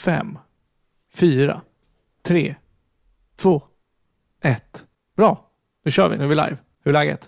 5, 4, 3, 2, 1. Bra, nu kör vi, nu är vi live. Hur är läget?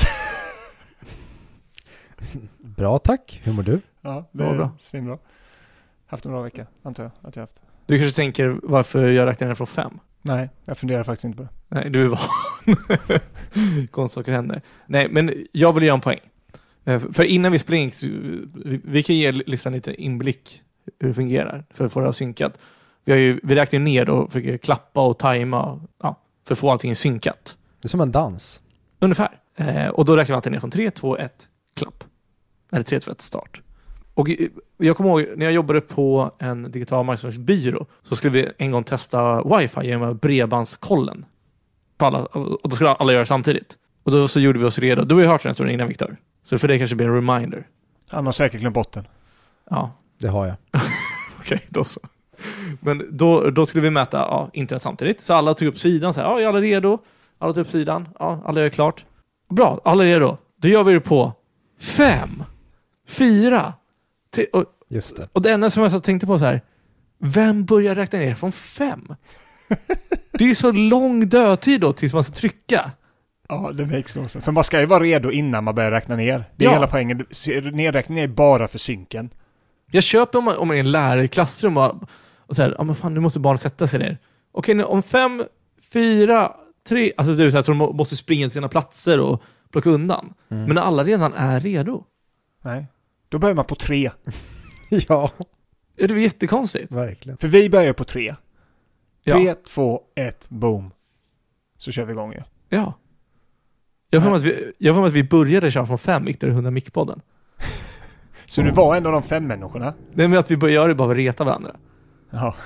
Bra, tack. Hur mår du? Ja, det var bra. Svinbra. Haft en bra vecka, antar jag att jag haft. Du kanske tänker varför jag räknar ner från 5? Nej, jag funderar faktiskt inte på det. Nej, du är van. Konstsaker händer. Nej, men jag vill göra en poäng. För innan vi spelar in, vi kan ge listan lite inblick hur det fungerar för att få det synkat. Vi räknar ner och försöker klappa och tajma för att få allting synkat. Det är som en dans. Ungefär. Och då räknar vi alltid ner från 3, 2, 1, klapp. Eller 3, 2, 1, start. Och jag kommer ihåg, när jag jobbade på en digital marknadsföringsbyrå så skulle vi en gång testa wifi genom bredbandskollen. På alla, och då skulle alla göra samtidigt. Och då så gjorde vi oss redo. Du har ju hört den historien innan, Viktor. Så för det kanske blir en reminder. Han har säkert glömt bort den. Ja, det har jag. Okej, då så. Men då skulle vi mäta internet samtidigt. Så alla tog upp sidan. Så här, är alla redo? Alla tog upp sidan. Ja, alla är klart. Bra, alla är redo. Då gör vi det på 5, 4, 3. Just det. Och det enda som jag tänkte på så här. Vem börjar räkna ner från 5? Det är så lång dödtid då tills man ska trycka. Ja, det makes no sense. För man ska ju vara redo innan man börjar räkna ner. Det är hela poängen. Nedräkningen är bara för synken. Jag köper om man är en lärare i klassrum och så här, men fan, nu måste barnen sätta sig ner. Okej, om 5, 4, 3, alltså det är så här, så de måste springa till sina platser och plocka undan. Men när alla redan är redo. Nej, då börjar man på 3. Ja. Är det jättekonstigt? Verkligen. För vi börjar på 3. 3, Ja. 2, 1, boom. Så kör vi igång ju. Ja. Jag får med att vi började köra från 5, Viktor, 100 Mic-podden. Så du var en av de 5 människorna? Nej, men att vi började göra det bara för att reta varandra. Ja.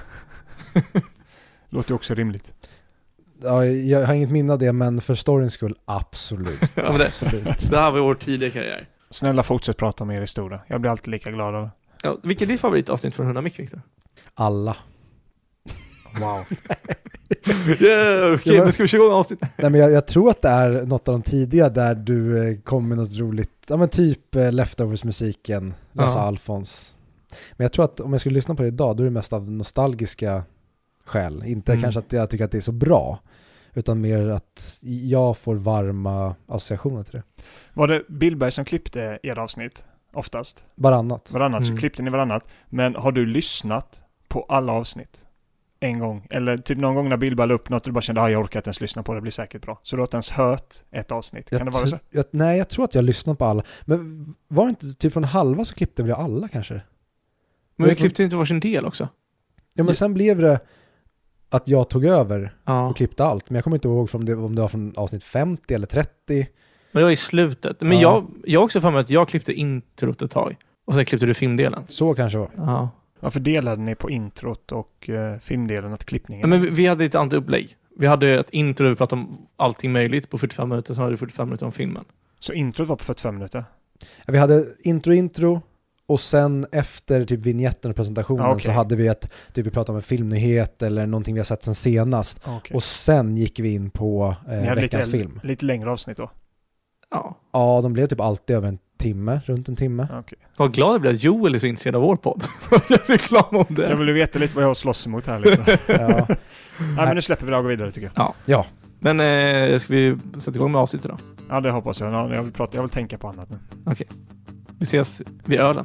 Låter också rimligt. Ja, jag har inget minne av det, men för storyns skull, absolut. Ja, men det här var vår tidiga karriär. Snälla fortsätt prata om er historia. Jag blir alltid lika glad av det. Ja, vilket är ditt favoritavsnitt från 100 Mic, Viktor? Alla. Wow. Okej, men ska vi köra igång avsnittet? Nej, men jag tror att det är något av de tidiga där du kom med något roligt. Ja, men typ Leftovers-musiken, Lasse Alfons. Men jag tror att om jag skulle lyssna på det idag, då är det mest av nostalgiska skäl. Inte kanske att jag tycker att det är så bra, utan mer att jag får varma associationer till det. Var det Billberg som klippte er avsnitt oftast? Varannat. Så klippte ni varannat. Men har du lyssnat på alla avsnitt en gång? Eller typ någon gång när Billberg la upp något och du bara kände jag orkar inte ens lyssna på det, blir säkert bra. Så du har inte ens hört ett avsnitt. Kan det vara så? Nej, jag tror att jag lyssnat på alla. Men var det inte typ från halva så klippte vi alla kanske? Men vi klippte inte varsin del också. Ja, men sen blev det att jag tog över Ja. och klippte allt. Men jag kommer inte ihåg om det var från avsnitt 50 eller 30. Men det var i slutet. Men jag också för mig att jag klippte introt ett tag. Och sen klippte du filmdelen. Så kanske var. Ja. Varför delade ni på introt och filmdelen att klippningen? Ja, men vi hade ett annat upplägg. Vi hade ett intro där vi pratade om allting möjligt på 45 minuter. Sen hade vi 45 minuter om filmen. Så introt var på 45 minuter? Ja, vi hade intro och sen efter typ vignetten och presentationen så hade vi typ vi pratade om en filmnyhet eller någonting vi har sett sen senast. Och sen gick vi in på veckans film. Lite längre avsnitt då? Ja, de blev typ alltid över runt en timme. Okay. Vad glad jag blev att Joel är så intresserad av vår podd. Jag fick reklam om det. Jag vill veta lite vad jag slåss emot här. Liksom. Nej, men nu släpper vi det och går vidare tycker jag. Ja. Men ska vi sätta igång med avsnittet då? Ja, det hoppas jag. Jag vill tänka på annat nu. Okej. Vi ses vid ölen.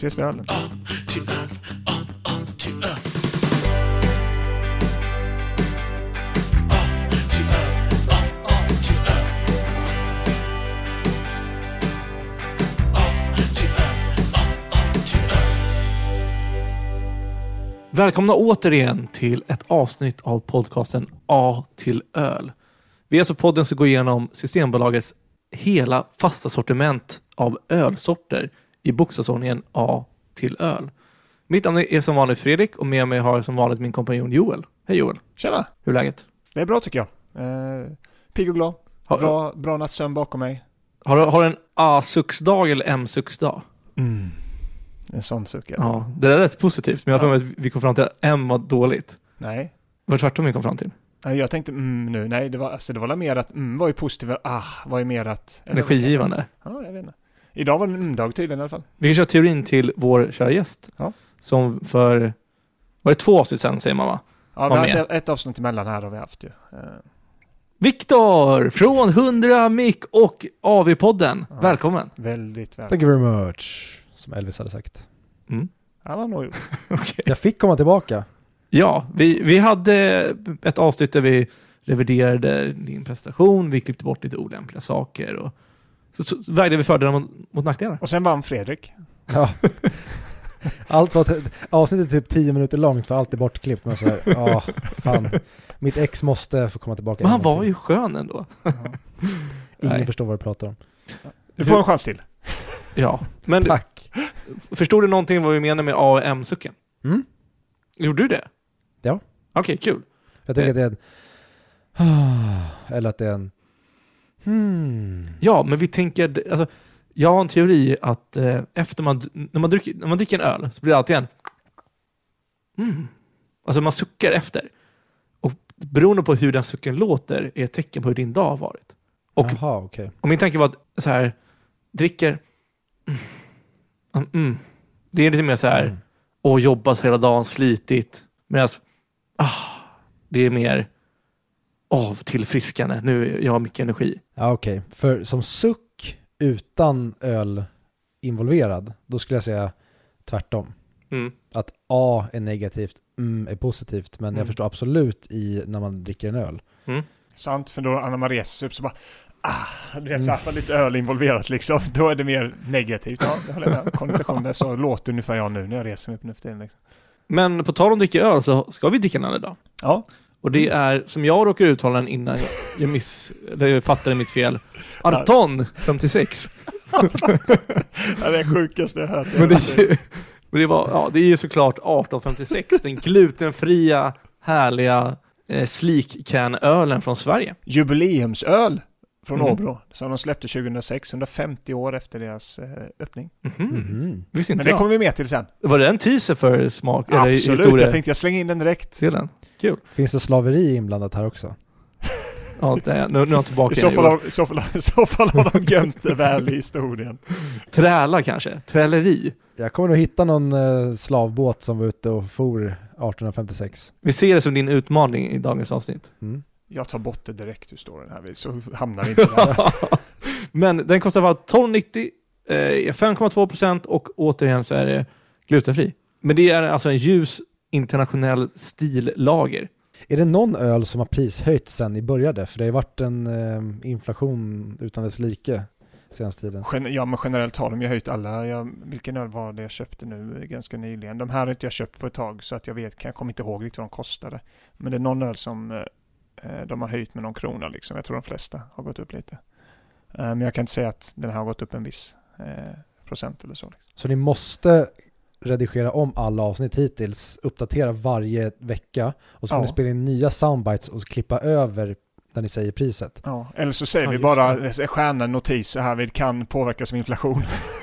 Välkomna återigen till ett avsnitt av podcasten A till öl. Vi är alltså podden som går igenom Systembolagets hela fasta sortiment av ölsorter i bokstavsordningen A till öl. Mitt namn är som vanligt Fredrik och med mig har som vanligt min kompanjon Joel. Hej Joel. Tjena. Hur är läget? Det är bra tycker jag. Pigg och glad. Bra nattsömn bakom mig. Har du en A-sucksdag eller M-sucksdag? En sån suck. Ja, det är rätt positivt. Men jag tror att vi kom fram till att M var dåligt. Nej. Var det tvärtom vi kom fram till? Jag tänkte nu. Nej, det var mer att var ju positivt. Var ju mer att... Energigivande. Ja, jag vet inte. Idag var det en dag tydligen i alla fall. Vi kan köra teorin till vår kära gäst. Ja. Som för Var det 2 avsnitt sen, säger man va? Ja, vi har haft ett avsnitt emellan här har vi haft ju. Viktor från 100 Mic och AV-podden. Ja, välkommen. Väldigt välkommen. Thank you very much, som Elvis hade sagt. Han har nog gjort. Okay. Jag fick komma tillbaka. Ja, vi hade ett avsnitt där vi reviderade din prestation, vi klippte bort lite olämpliga saker och så vägde vi fördelar mot nackdelar. Och sen vann Fredrik. Ja. Allt var avsnittet typ 10 minuter långt för allt är bortklippt. Men så här, fan. Mitt ex måste få komma tillbaka. Men han var ju skön ändå. Ingen förstår vad du pratar om. Du får en chans till. Ja, men tack. Förstod du någonting vad vi menar med AM-sucken? Gjorde du det? Ja. Okej, kul. Jag tänker att det är eller att det är en Ja, men vi tänker alltså, jag har en teori att efter när man dricker en öl så blir det alltid en alltså man suckar efter. Och beroende på hur den sucken låter är ett tecken på hur din dag har varit. Och, okay. Och min tanke var att så här dricker det är lite mer så här jobbat hela dagen, slitit, medan det är mer tillfriskande. Nu jag har mycket energi. Ja, okej. För som suck utan öl involverad, då skulle jag säga tvärtom. Att A är negativt, är positivt, men jag förstår absolut när man dricker en öl. Sant, för då när man reser upp så bara det är så här lite öl involverat liksom. Då är det mer negativt. Ja, jag håller med. Konnotationen så låter ungefär jag nu när jag reser mig på nuften liksom. Men på tal om att dricka öl så ska vi dricka en öl idag. Ja. Och det är, som jag råkar uttala den innan jag fattade mitt fel, Arton 56. Det är det sjukaste jag hört. Men det är ju såklart 1856, den glutenfria, härliga Sleek-can-ölen från Sverige. Jubileumsöl från Åbro som de släppte 2006, 150 år efter deras öppning. Visst inte. Men det kommer vi med till sen. Var det en teaser för smak? Absolut, eller historia? Jag tänkte jag slänger in den direkt. Till den. Kul. Finns det slaveri inblandat här också? Ja, nu är jag tillbaka. I så fall har de gömt det väl i historien. Träla kanske? Träleri? Jag kommer nog hitta någon slavbåt som var ute och for 1856. Vi ser det som din utmaning i dagens avsnitt. Jag tar bort det direkt ur storyn här, så hamnar vi inte där. Men den kostar bara 12,90, 5,2% och återigen så är det glutenfri. Men det är alltså en ljus internationell stillager. Är det någon öl som har prishöjt sen ni började? För det har ju varit en inflation utan dess like senaste tiden. Ja, men generellt har de ju höjt alla. Vilken öl var det jag köpte nu ganska nyligen? De här har inte jag köpt på ett tag så att jag kommer inte ihåg riktigt vad de kostade. Men det är någon öl som de har höjt med någon krona liksom. Jag tror de flesta har gått upp lite. Men jag kan inte säga att den här har gått upp en viss procent eller så. Liksom. Så ni måste redigera om alla avsnitt hittills, uppdatera varje vecka och så får ni spela in nya soundbites och klippa över där ni säger priset. Ja, eller så säger vi bara stjärnan notis så här vid kan påverkas av inflation.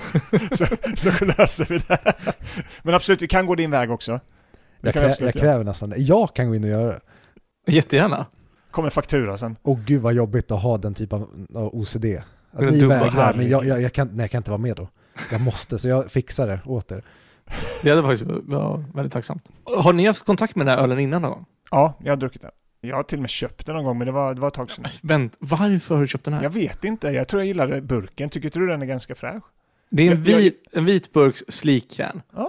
så löser vi det. Men absolut, vi kan gå din väg också. Jag kräver nästan det. Jag kan gå in och göra det. Jättegärna. Kommer faktura sen. Och gud vad jobbigt att ha den typen av OCD. Att ni vägrar, men jag kan inte vara med då. Jag måste, så jag fixar det åt er. Det hade faktiskt väldigt tacksamt. Har ni haft kontakt med den här ölen innan någon gång? Ja, jag har druckit den. Jag har till och med köpt den någon gång, men det var ett tag sedan. Vänt, varför har du köpt den här? Jag vet inte, jag tror jag gillar burken. Tycker du den är ganska fräsch? Det är en vit burks Sleek-can. Ja.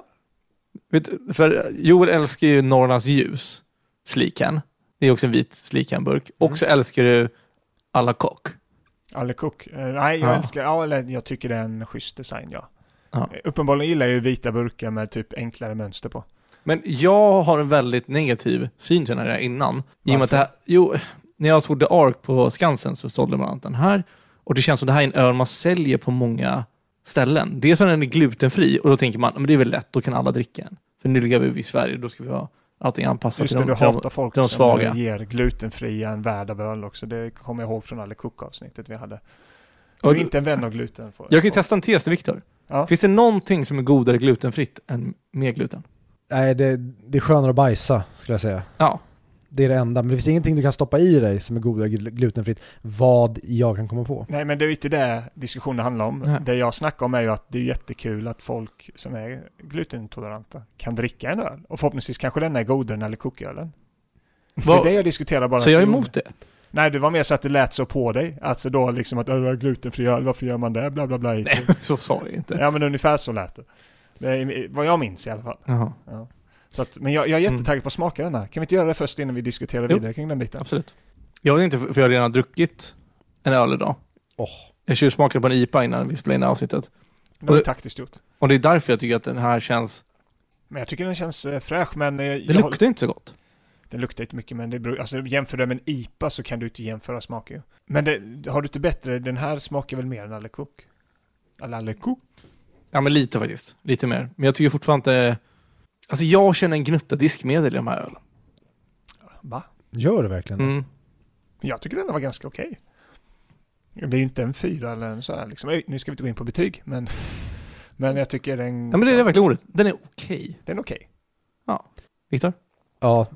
För Joel älskar ju Norrlands ljus Sleek-can. Det är också en vit Sleek-can-burk. Och så älskar du alla kock. Alla kock? Nej, jag älskar, eller jag tycker det är en schysst design, ja. Uppenbarligen gillar jag ju vita burkar med typ enklare mönster på. Men jag har en väldigt negativ syn till den här innan. I och med att det här, när jag såg The Ark på Skansen så sålde man den här. Och det känns som det här är en öl man säljer på många ställen. Dels är den är glutenfri och då tänker man, men det är väl lätt, då kan alla dricka den. För nu ligger vi i Sverige, då ska vi ha allting anpassat till de svaga. Som ger glutenfria en värld av öl också. Det kommer jag ihåg från alla kookavsnittet vi hade. Jag är inte en vän av gluten. Jag kan testa en tes till Viktor. Ja. Finns det någonting som är godare glutenfritt än med gluten? Nej, det är skönare att bajsa, skulle jag säga. Ja. Det är det enda. Men det finns ingenting du kan stoppa i dig som är goda glutenfritt. Vad jag kan komma på. Nej, men det är ju inte det diskussionen handlar om. Nej. Det jag snackar om är ju att det är jättekul att folk som är glutenintoleranta kan dricka en öl. Och förhoppningsvis kanske den är godare än eller kokölen. Det är det jag diskuterar bara. Så jag är emot det? Nej, det var mer så att det lät så på dig. Alltså då liksom att glutenfri öl, varför gör man det? Bla bla bla. Nej, så sa jag inte. Ja, men ungefär så lät det. Det är vad jag minns i alla fall. Jaha. Ja. Så att, men jag är jättetaggad på att smaka den här. Kan vi inte göra det först innan vi diskuterar vidare kring den biten? Absolut. Jag vet inte, för jag har redan druckit en öl idag. Jag tjuvsmakade på en IPA innan vi spelade in avsnittet. Det var taktiskt gjort. Och det är därför jag tycker att den här känns... Men jag tycker den känns fräsch, men... Det luktar inte så gott. Den luktar inte mycket, men det beror, alltså jämför det med en IPA så kan du inte jämföra smaker. Men har du inte bättre, den här smakar väl mer än Allekok? Allekok? Ja, men lite faktiskt. Lite mer. Men jag tycker fortfarande inte... Alltså jag känner en gnutta diskmedel i de här ölen. Va? Gör du verkligen det? Mm. Jag tycker den var ganska okej. Det är ju inte en 4 eller en så här liksom. Nu ska vi inte gå in på betyg, men jag tycker den... Ja, men det är verkligen ordet. Den är okej. Den är okej. Ja. Viktor? Ja,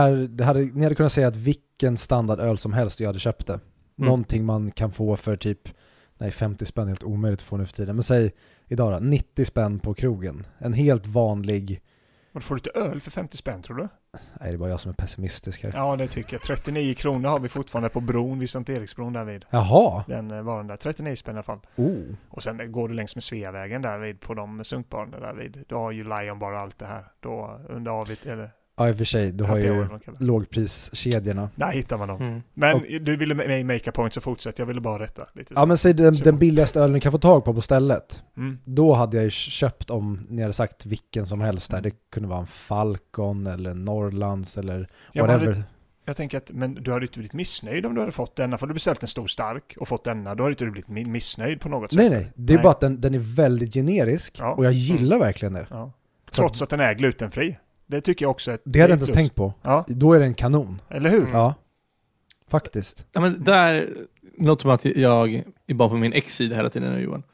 ni hade kunnat säga att vilken standardöl som helst jag hade köpt det. Någonting man kan få för typ 50 spänn, helt omöjligt att få nu för tiden. Men säg idag då, 90 spänn på krogen. En helt vanlig... Och får du inte öl för 50 spänn, tror du? Nej, det är bara jag som är pessimistisk här. Ja, det tycker jag. 39 kronor har vi fortfarande på bron, vid Sankt Eriksbron där vid. Jaha! Den var den där. 39 spänn i alla fall. Oh. Och sen går du längs med Sveavägen där vid, på de sunkbarerna där vid. Då har ju Lion Bar och allt det här. Då under avit, eller... Ja, i och för sig. Du har ju lågpriskedjorna. Där hittar man dem. Men du ville make a point, så fortsätt. Jag ville bara rätta lite. Ja, men säg den billigaste ölen ni kan få tag på stället. Mm. Då hade jag ju köpt, om ni hade sagt vilken som helst där. Det kunde vara en Falcon eller en Norrlands eller whatever. Jag tänker att, men du hade inte blivit missnöjd om du hade fått denna. För du beställt en stor stark och fått denna. Då hade inte du blivit missnöjd på något sätt. Nej. Det är bara att den är väldigt generisk. Och jag gillar verkligen det. Ja. Trots att den är glutenfri. Det tycker jag också. Det hade jag inte ens tänkt på. Ja. Då är det en kanon. Eller hur? Ja. Faktiskt. Ja, men där låter som att jag är bara på min ex-sida hela tiden nu, Johan.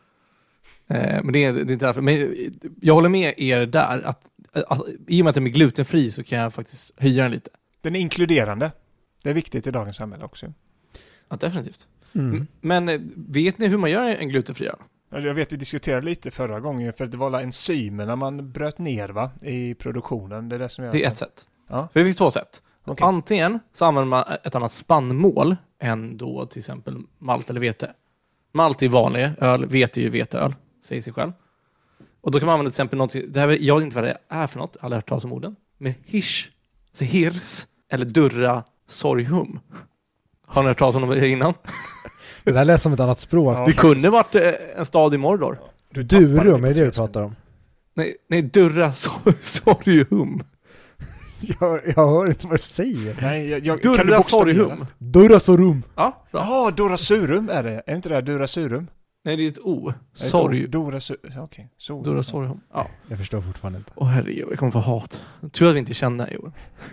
Men det är inte därför. Men jag håller med er där att i och med att den är glutenfri så kan jag faktiskt höja den lite. Den är inkluderande. Det är viktigt i dagens samhälle också. Ja, definitivt. Men vet ni hur man gör en glutenfri öl? Jag vet, vi diskuterade lite förra gången, för det var enzymerna man bröt ner i produktionen. Det är det som Det är ett sätt. Ja. För det finns två sätt. Okay. Antingen så använder man ett annat spannmål än då till exempel malt eller vete. Malt är vanlig öl, vete är ju veteöl, säger sig själv. Och då kan man använda till exempel något, det här, jag vet inte vad det är för något, alla har hört talas om orden. Men alltså hirs eller durra sorghum. Har ni hört talas om det innan? Det där lät som ett annat språk. Ja, det kunde varit en stad i Mordor. Durum, är det du pratar om? Nej, durra sorghum. Jag hör inte vad du säger. Nej, durra sorghum. Durra sorghum. Ja, bra. Ja, durra surum är det. Är inte det durra surum? Nej, det är ett O. Sorg. Durra sorghum. Ja. Jag förstår fortfarande inte. Herregud, jag kommer få hat. Tur att vi inte känner, Johan.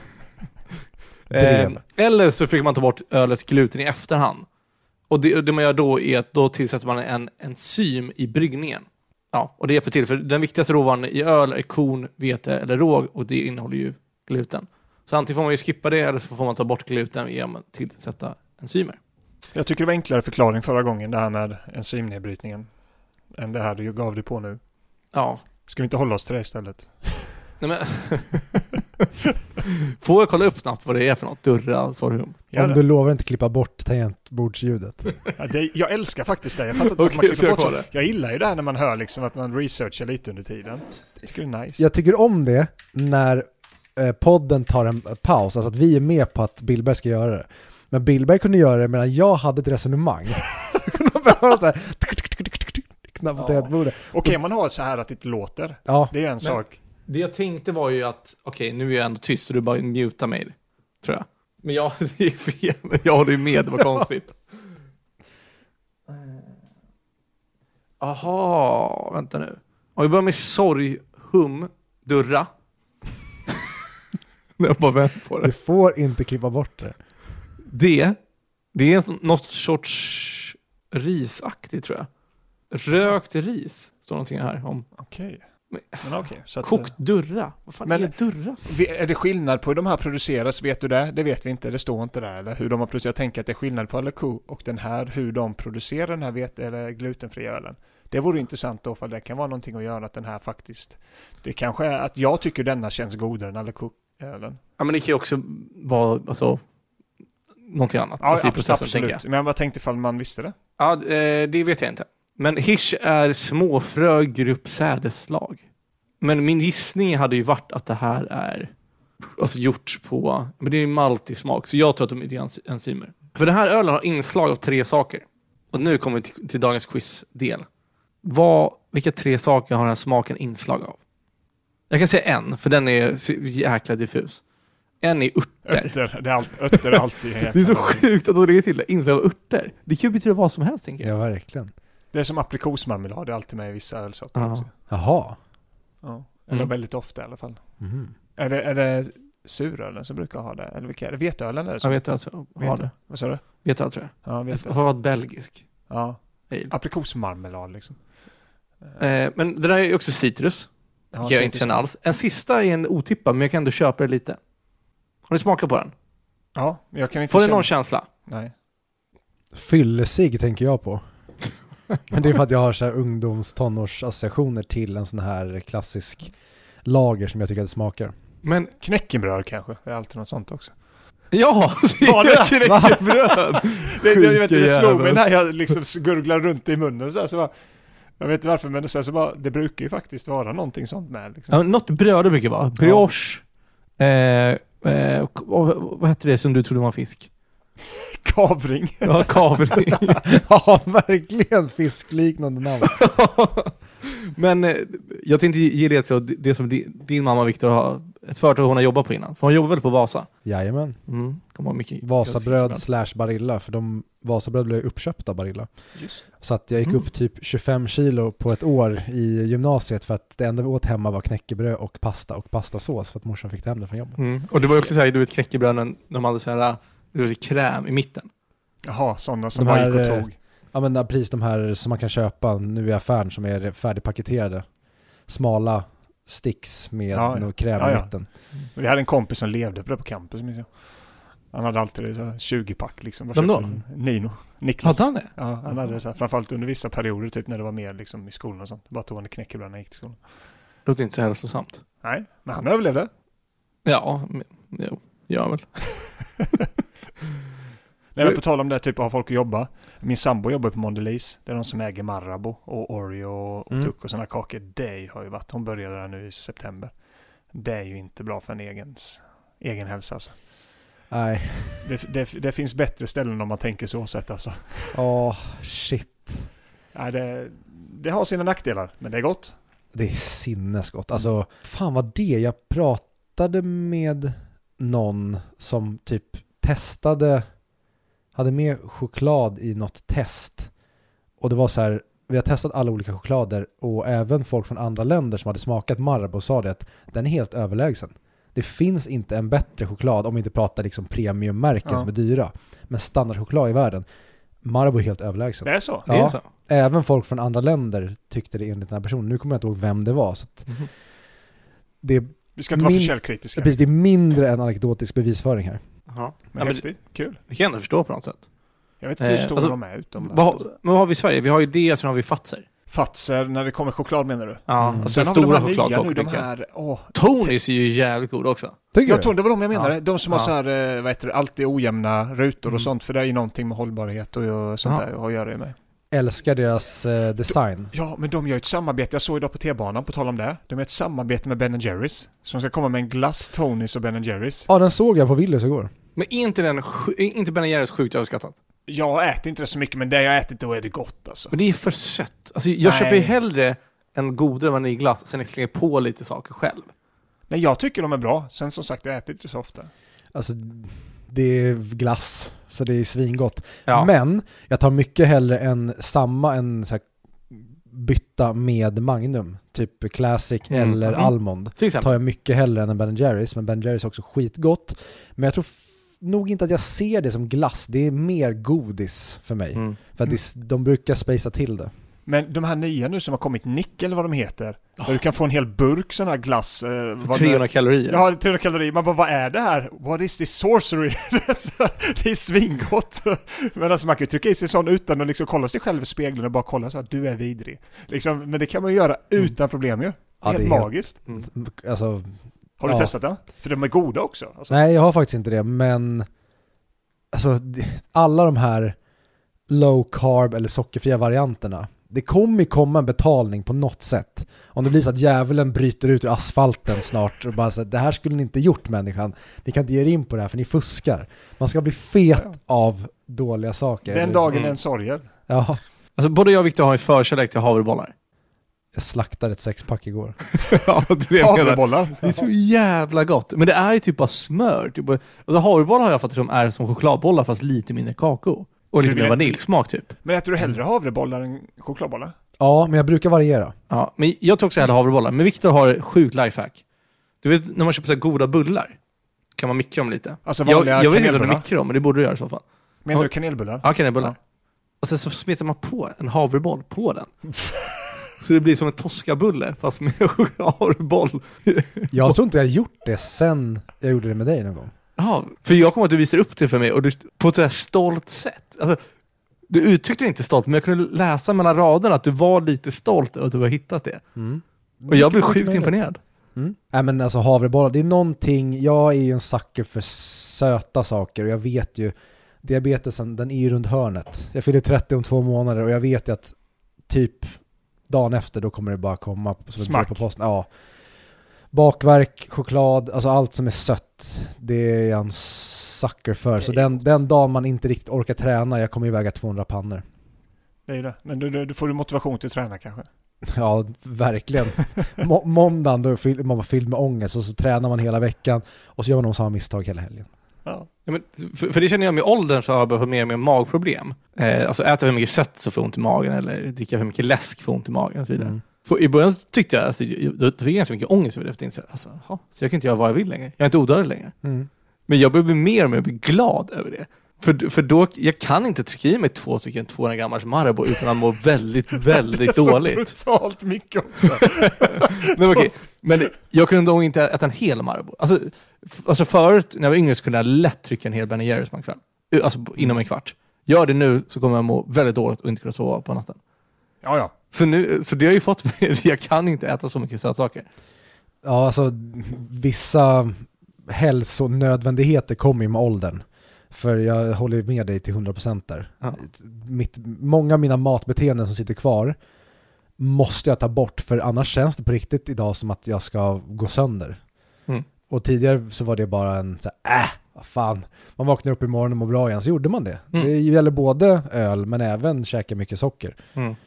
Drev. Eller så försöker man ta bort ölets gluten i efterhand. Och det man gör då är att då tillsätter man en enzym i bryggningen. Ja, och det hjälper till. För den viktigaste råvaran i öl är korn, vete eller råg. Och det innehåller ju gluten. Så antingen får man ju skippa det eller så får man ta bort gluten genom att tillsätta enzymer. Jag tycker det var enklare förklaring förra gången, det här med enzymnedbrytningen, än det här du gav dig på nu. Ja. Ska vi inte hålla oss till det istället? Nej, men får jag kolla upp snabbt vad det är för något? Durra sorghum. Om du lovar inte klippa bort tangentbordsljudet. Ja, jag älskar faktiskt det. Jag fattar inte okay, man klipper bort så. Jag gillar ju det här när man hör liksom att man researchar lite under tiden. Jag tycker det är nice. Jag tycker om det när podden tar en paus. Alltså att vi är med på att Billberg ska göra det. Men Billberg kunde göra det medan jag hade ett resonemang. Knappt på tangentbordet. Okej, man har så här att det inte låter. Ja. Det är en sak. Det jag tänkte var ju att nu är jag ändå tyst så du bara muta mig, tror jag. Men jag det är fel. Jag håller ju med, det var konstigt. Aha, vänta nu. Om vi börjar med sorghum, durra. Jag bara vänt på det. Du får inte klippa bort det. Det är något sorts risaktigt, tror jag. Rökt ris, står någonting här om. Okej. Men okej. Så att, Kokt durra? Vad fan är durra? Är det skillnad på hur de här produceras? Vet du det? Det vet vi inte. Det står inte där. Eller hur de har producerat. Jag tänker att det är skillnad på Alaco och den här. Hur de producerar den här eller glutenfria ölen. Det vore intressant då, för det kan vara någonting att göra att den här faktiskt... Det kanske är att jag tycker denna känns godare än Alaco-ölen. Ja, men det kan ju också vara någonting annat. Ja, i processen, absolut. jag. Men jag bara tänkte ifall man visste det. Ja, det vet jag inte. Men Hirsch är småfrö grupp sädesslag. Men min gissning hade ju varit att det här är gjort på... Men det är ju maltig smak, så jag tror att de är enzymer. För den här ölen har inslag av 3 saker. Och nu kommer vi till dagens quiz-del. Vilka 3 saker har den här smaken inslag av? Jag kan säga en, för den är jäkla diffus. En är örter. Örter är alltid det är så sjukt att de lägger till det. Inslag av örter. Det kan ju betyda vad som helst, tänker jag. Ja, verkligen. Det är som aprikosmarmelad, det är alltid med i vissa ölsorter också. Jaha. Ja. Eller väldigt ofta i alla fall. Mm. Är det surölen som brukar ha det? Eller vilka är det? Veteölen är det? Jag vet alltså. Har det. Vad sa du? Veteöl, tror jag. Ja, veteöl. Det får vara belgisk. Ja. Aprikosmarmelad liksom. Men det där är också citrus. Ja, jag inte känner alls. En sista är en otippad, men jag kan ändå köpa det lite. Har ni smakat på den? Ja, jag kan inte Får det någon känsla? Nej. Fyllesig tänker jag på. Men det är för att jag har så här tonårsassociationer till en sån här klassisk lager som jag tycker att det smakar. Men knäckebröd kanske? Det är alltid något sånt också. Ja, det är knäckebröd! det slog mig när jag liksom gurglar runt i munnen så bara, jag vet inte varför, men så bara, det brukar ju faktiskt vara någonting sånt med. Liksom. Ja, något bröd det brukar vara. Brioche. Vad heter det som du trodde var fisk? Kavring. Ja, kavring. Ja, verkligen fiskliknande namn. Men jag tänkte ge det till det som din mamma Victor har, ett företag hon har jobbat på innan. För hon jobbar väl på Vasa? Jajamän. Vasabröd / Barilla, för Vasabröd blev uppköpta av Barilla. Just. Så att jag gick upp typ 25 kilo på ett år i gymnasiet för att det enda vi åt hemma var knäckebröd och pastasås för att morsan fick hem det från jobbet. Och det var ju också så här, du vet knäckebröd när de hade så här kräm i mitten. Jaha, sådana som man gick och tog. Ja, men precis de här som man kan köpa nu i affären som är färdigpaketerade. Smala sticks med något kräm i mitten. Vi hade en kompis som levde på det på campus. Han hade alltid så 20-pack liksom. Vem då? Nino. Niklas. Hade han det? Ja, han hade det så här, framförallt under vissa perioder typ när det var mer liksom i skolan och sånt. Bara tog han knäckebröd när han gick till skolan. Det låter inte så hälsosamt. Nej, men han överlevde. Ja, jo, gör väl. När jag på tal om det typ av folk att jobba. Min sambo jobbar på Mondelez. Det är de som äger Marabou och Oreo och Tuck och sådana kakor. Det har ju varit. Hon började där nu i september. Det är ju inte bra för en egen hälsa alltså. Nej. Det finns bättre ställen om man tänker så sätt alltså. Shit. Nej, det har sina nackdelar, men det är gott. Det är sinnesgott. Alltså, fan vad det. Jag pratade med någon som typ hade med choklad i något test. Och det var så här, vi har testat alla olika choklader och även folk från andra länder som hade smakat Marabou sa det att den är helt överlägsen. Det finns inte en bättre choklad om vi inte pratar liksom premiummärken som är dyra. Men standardchoklad i världen, Marabou är helt överlägsen. Det är så? Ja, det är så. Även folk från andra länder tyckte det enligt den här personen. Nu kommer jag inte ihåg vem det var. Så att vi ska inte vara för källkritiska. Precis, det är mindre än anekdotisk bevisföring här. Jaha, men häftigt. Kul. Vi kan ändå förstå på något sätt. Jag vet inte hur stora de är utomlands. Vad har vi i Sverige? Vi har ju det, sen har vi Fazer. Fazer, när det kommer choklad menar du? Ja, alltså den stora chokladkakor. De här, Tonys är ju jävligt god också. Jag tror det var de jag menade. De som har så här, alltid ojämna rutor och sånt. För det är ju någonting med hållbarhet och sånt där att göra med. Älskar deras design. Ja, men de gör ett samarbete. Jag såg idag på T-banan, på tal om det. De gör ett samarbete med Ben & Jerry's. Som ska komma med en glass, Tonys och Ben & Jerry's. Ja, den såg jag på Willys igår. Men är inte Ben & Jerry's sjukt överskattat? Jag äter inte det så mycket, men det jag ätit då är det gott alltså. Men det är för sött. Alltså, jag köper ju hellre en godare vaniljglass och sen slänger på lite saker själv. Nej, jag tycker de är bra. Sen som sagt, jag äter inte så ofta. Alltså, det är glass, så det är svingott. Ja. Men jag tar mycket hellre en så här bytta med Magnum. Typ Classic eller Almond. Tar jag mycket hellre än en Ben & Jerry's. Men Ben & Jerry's är också skitgott. Men jag tror nog inte att jag ser det som glass. Det är mer godis för mig. För att de brukar spacea till det. Men de här nya nu som har kommit, Nick eller vad de heter, där du kan få en hel burk sån här glass. 300 kalorier. Ja, 300 kalorier. Man bara, vad är det här? What is this sorcery? Det är svingott. Men alltså man kan ju trycka i sig sån utan att liksom kolla sig själv i spegeln och bara kolla så att du är vidrig. Liksom, men det kan man ju göra utan problem ju. Ja, helt magiskt. Alltså, har du testat det? För de är goda också. Alltså. Nej, jag har faktiskt inte det, men alltså, alla de här low carb eller sockerfria varianterna, det kommer ju komma en betalning på något sätt. Om det blir så att djävulen bryter ut ur asfalten snart och bara så att det här skulle ni inte gjort, människan. Ni kan inte ge er in på det här för ni fuskar. Man ska bli fet av dåliga saker. Den dagen är en sorger. Ja. Alltså både jag och Victor har en förkärlek till havrebollar. Jag slaktade ett 6-pack igår. Ja, det är havrebollar. Det är så jävla gott. Men det är ju typ bara smör. Typ. Alltså havrebollar har jag fattat som är som chokladbollar fast lite mindre kakao. Och lite mer vaniljsmak typ. Men äter du hellre havrebollar än chokladbollar? Ja, men jag brukar variera. Ja, men jag tror också hellre havrebollar. Men Victor har sjukt lifehack. Du vet, när man köper så här goda bullar kan man mikra dem lite. Alltså jag vet inte om du mikrar dem, men det borde du göra i så fall. Menar du kanelbullar? Ja, kanelbullar. Ja. Och sen så smetar man på en havreboll på den. Så det blir som en toskabulle fast med havreboll. Jag tror inte jag gjort det sen jag gjorde det med dig någon gång. Ja, för jag kommer att du visar upp det för mig och du, på ett så här stolt sätt. Alltså, du uttryckte inte stolt, men jag kunde läsa mellan raderna att du var lite stolt över att du har hittat det. Och jag blev sjukt imponerad. Nej, men alltså havrebollar, det är någonting, jag är ju en sucker för söta saker och jag vet ju, diabetesen, den är ju runt hörnet. Jag fyller 30 om 2 månader och jag vet ju att typ dagen efter då kommer det bara komma smack på posten. Ja. Bakverk, choklad, alltså allt som är sött, det är jag en sucker för. Så den dagen man inte riktigt orkar träna, jag kommer ju väga 200 pannor. Det är det. Men du får du motivation till att träna kanske? Ja, verkligen. Måndagen då man var fylld med ångest och så tränar man hela veckan och så gör man samma misstag hela helgen. Ja. Ja, men för det känner jag med åldern så har jag börjat mer och mer magproblem. Alltså äta för mycket sött så får ont i magen eller dricka för mycket läsk får ont i magen och så vidare. För i början tyckte jag att det var ganska mycket ångest över det. För alltså, så jag kan inte göra vad jag vill längre. Jag är inte odörig längre. Men jag börjar bli mer och mer glad över det. För då, jag kan inte trycka i mig 200 grammars Marabou utan att må väldigt, väldigt dåligt. Det är så brutalt mycket också. men jag kunde nog inte äta en hel Marabou. Alltså förut, när jag var yngre så kunde jag lätt trycka en hel Ben & Jerry's på en kväll. Alltså inom en kvart. Gör det nu så kommer jag må väldigt dåligt och inte kunna sova på natten. Ja. Så det har ju fått mig, jag kan inte äta så mycket sötsaker. Ja, alltså vissa hälsonödvändigheter kommer ju med åldern. För jag håller med dig till 100% där. Ja. Många av mina matbeteenden som sitter kvar måste jag ta bort, för annars känns det på riktigt idag som att jag ska gå sönder. Och tidigare så var det bara en så här, vad fan. Man vaknar upp imorgon och mår bra igen, så gjorde man det. Det gäller både öl men även käka mycket socker.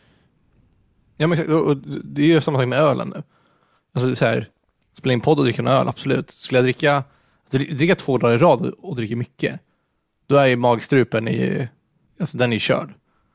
Ja, men och det är ju samma sak med ölen nu. Alltså så här, spela in podd och dricka en öl, absolut. Skulle jag dricka 2 dagar i rad och dricka mycket, då är ju magstrupen den är körd.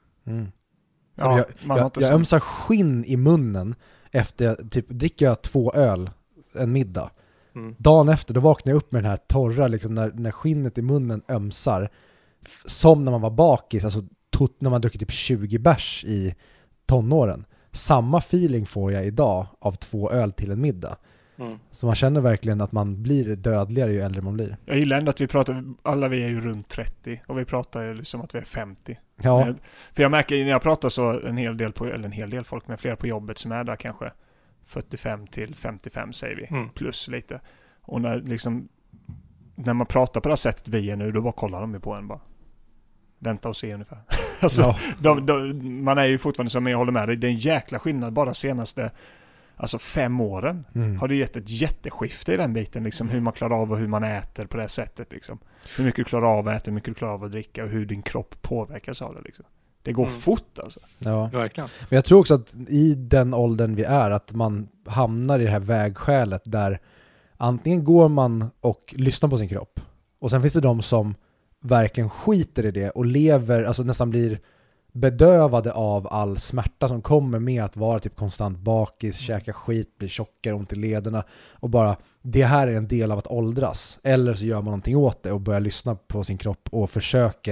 Ja, jag ömsar skinn i munnen efter typ dricker jag 2 öl en middag. Dagen efter då vaknar jag upp med den här torra liksom, när skinnet i munnen ömsar som när man var bakis, alltså när man druckit typ 20 bärs i tonåren. Samma feeling får jag idag av 2 öl till en middag. Så man känner verkligen att man blir dödligare ju äldre man blir. Jag gillar ändå att vi pratar, alla vi är ju runt 30 och vi pratar ju som att vi är 50. Ja. För jag märker när jag pratar så en hel del folk, med flera på jobbet som är där kanske 45 till 55 säger vi, plus lite. Och när man pratar på det sättet vi är nu, då bara kollar de på en bara. Vänta och se ungefär. Alltså, man är ju fortfarande, som jag håller med dig, det är en jäkla skillnad bara senaste 5 åren har det gett ett jätteskifte i den biten, liksom, hur man klarar av och hur man äter på det sättet. Liksom. Hur mycket du klarar av att äta, hur mycket du klarar av att dricka och hur din kropp påverkas av det. Liksom. Det går fort alltså. Ja, verkligen. Men jag tror också att i den åldern vi är, att man hamnar i det här vägskälet där antingen går man och lyssnar på sin kropp, och sen finns det de som verkligen skiter i det och lever, alltså nästan blir bedövade av all smärta som kommer med att vara typ konstant bakis, käka skit, bli tjockare, ont i lederna och bara, det här är en del av att åldras. Eller så gör man någonting åt det och börjar lyssna på sin kropp och försöker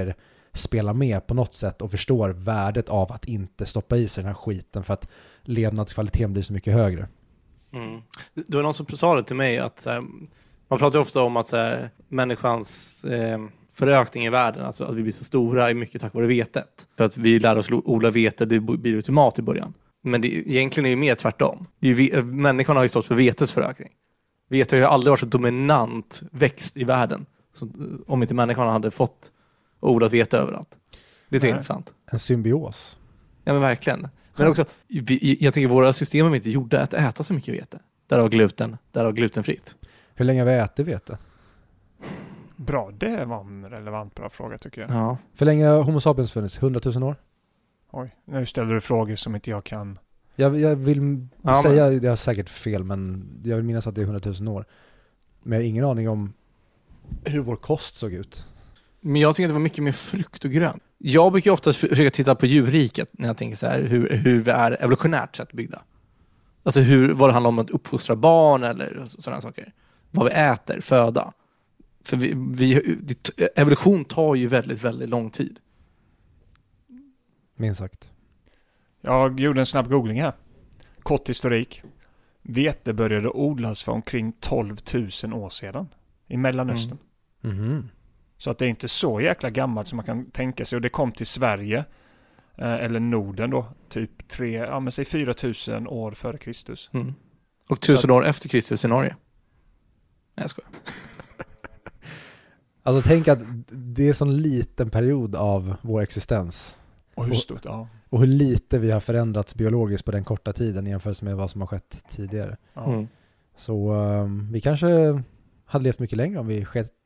spelar med på något sätt och förstår värdet av att inte stoppa i sig den här skiten för att levnadskvaliteten blir så mycket högre. Det var någon som sa det till mig att så här, man pratar ju ofta om att så här, människans förökning i världen, alltså att vi blir så stora är mycket tack vare vetet. För att vi lär oss odla vete, det blir ut till mat i början. Men egentligen är det mer tvärtom. Människan har ju stått för vetets förökning. Vete har ju aldrig varit så dominant växt i världen. Så, om inte människan hade fått odlat vete överallt. Det är intressant. En symbios. Ja men verkligen. Men också, jag tänker våra system är inte gjorda att äta så mycket vete. Där har gluten, där har glutenfritt. Hur länge har vi ätit vete? Bra, det var en relevant bra fråga tycker jag. Ja. För länge har Homo sapiens funnits? 100 000 år? Oj, nu ställer du frågor som inte jag kan. Jag vill säga, det är säkert fel, men jag vill minnas att det är 100 000 år. Men jag har ingen aning om hur vår kost såg ut. Men jag tycker att det var mycket mer frukt och grönt. Jag brukar ofta försöka titta på djurriket när jag tänker så här, hur vi är evolutionärt sett byggda. Alltså vad det handlar om att uppfostra barn eller sådana saker. Vad vi äter, föda. För evolution tar ju väldigt, väldigt lång tid. Minst sagt. Jag gjorde en snabb googling här. Kort historik. Vete började odlas för omkring 12 000 år sedan i Mellanöstern. Så att det är inte så jäkla gammalt som man kan tänka sig. Och det kom till Sverige, eller Norden då, typ 4 000 år före Kristus. Och 1000 år efter Kristus i Norge. Nej, jag skojar. Alltså tänk att det är en sån liten period av vår existens. Och hur stort, ja. Och hur lite vi har förändrats biologiskt på den korta tiden jämfört med vad som har skett tidigare. Ja. Så vi kanske hade levt mycket längre om vi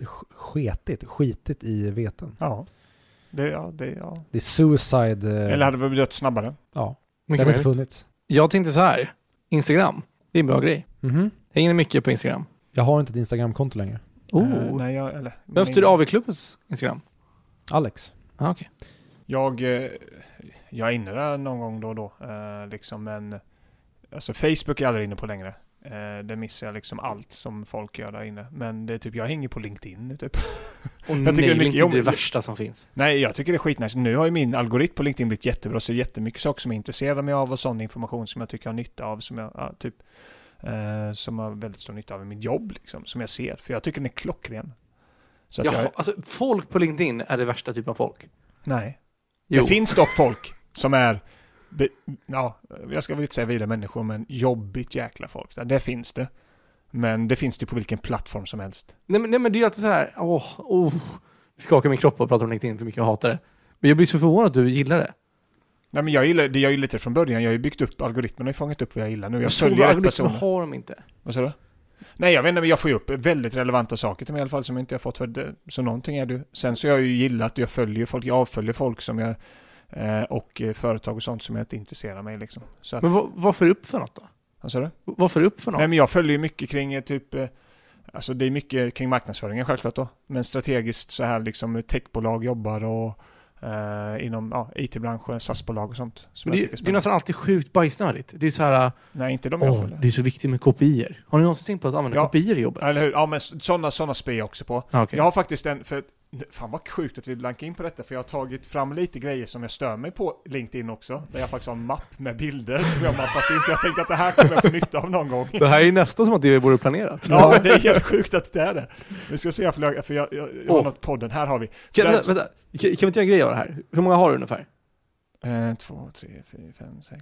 skitit i veten. Ja. Det är suicide. Eller hade vi dött snabbare? Ja, Mycket det hade inte funnits. Jag tänkte så här. Instagram, det är en bra grej. Hänger mycket på Instagram? Jag har inte ett Instagram-konto längre. Nej, Vem styr AV-klubbens Instagram? Alex. Okej. Jag är inne där någon gång då och då. Men alltså Facebook är jag aldrig inne på längre. Det missar jag liksom allt som folk gör där inne. Men det är typ, jag hänger på LinkedIn typ. Och jag tycker LinkedIn är det värsta som finns. Nej, jag tycker det är skitnice. Nu har ju min algoritm på LinkedIn blivit jättebra. Så jättemycket saker som jag intresserar mig av och sån information som jag tycker har nytta av. Som jag som har väldigt stor nytta av i mitt jobb liksom, som jag ser. För jag tycker den är klockren. Så att alltså folk på LinkedIn är det värsta typen av folk. Nej. Det finns dock folk som är jag ska väl inte säga vidare människor, men jobbigt jäkla folk. Det finns det. Men det finns det på vilken plattform som helst. Nej men det är ju alltid så här. Skakar min kropp och pratar om LinkedIn för mycket jag hatar det. Men jag blir så förvånad att du gillar det. Nej men jag gillar lite från början. Jag har ju byggt upp algoritmen och fångat upp vad jag gillar nu. Jag följer algoritmen har de inte. Vad sa du? Nej, jag vet inte, men jag får ju upp väldigt relevanta saker till mig i alla fall som jag inte har fått för det. Så någonting är det. Sen så har jag ju gillat, jag avföljer folk som jag och företag och sånt som jag inte intresserar mig liksom. Så att, men varför upp för något då? Vad sa du? Varför upp för något? Nej, men jag följer ju mycket kring alltså det är mycket kring marknadsföringen självklart då. Men strategiskt så här liksom techbolag jobbar och inom IT-branschen, SAS-bolag och sånt. Det är nästan alltid sjukt bajsnödigt. Det är så här... Nej, inte de jag följer. Det är så viktigt med kopior. Har ni någonsin tänkt på att använda kopior i jobbet? Eller hur? Ja, men sådana spär jag också på. Okay. Jag har faktiskt fan vad sjukt att vi blankar in på detta, för jag har tagit fram lite grejer som jag stör mig på LinkedIn också. Där jag faktiskt har en mapp med bilder som jag har mappat in, för jag tänkte att det här kommer jag få nytta av någon gång. Det här är nästan som att det vore planerat. Ja, det är helt sjukt att det är det. Vi ska se, för jag har något podden. Här har vi. Vänta, kan vi inte göra en grej av det här? Hur många har du ungefär? 2, 3, 4, 5, 6,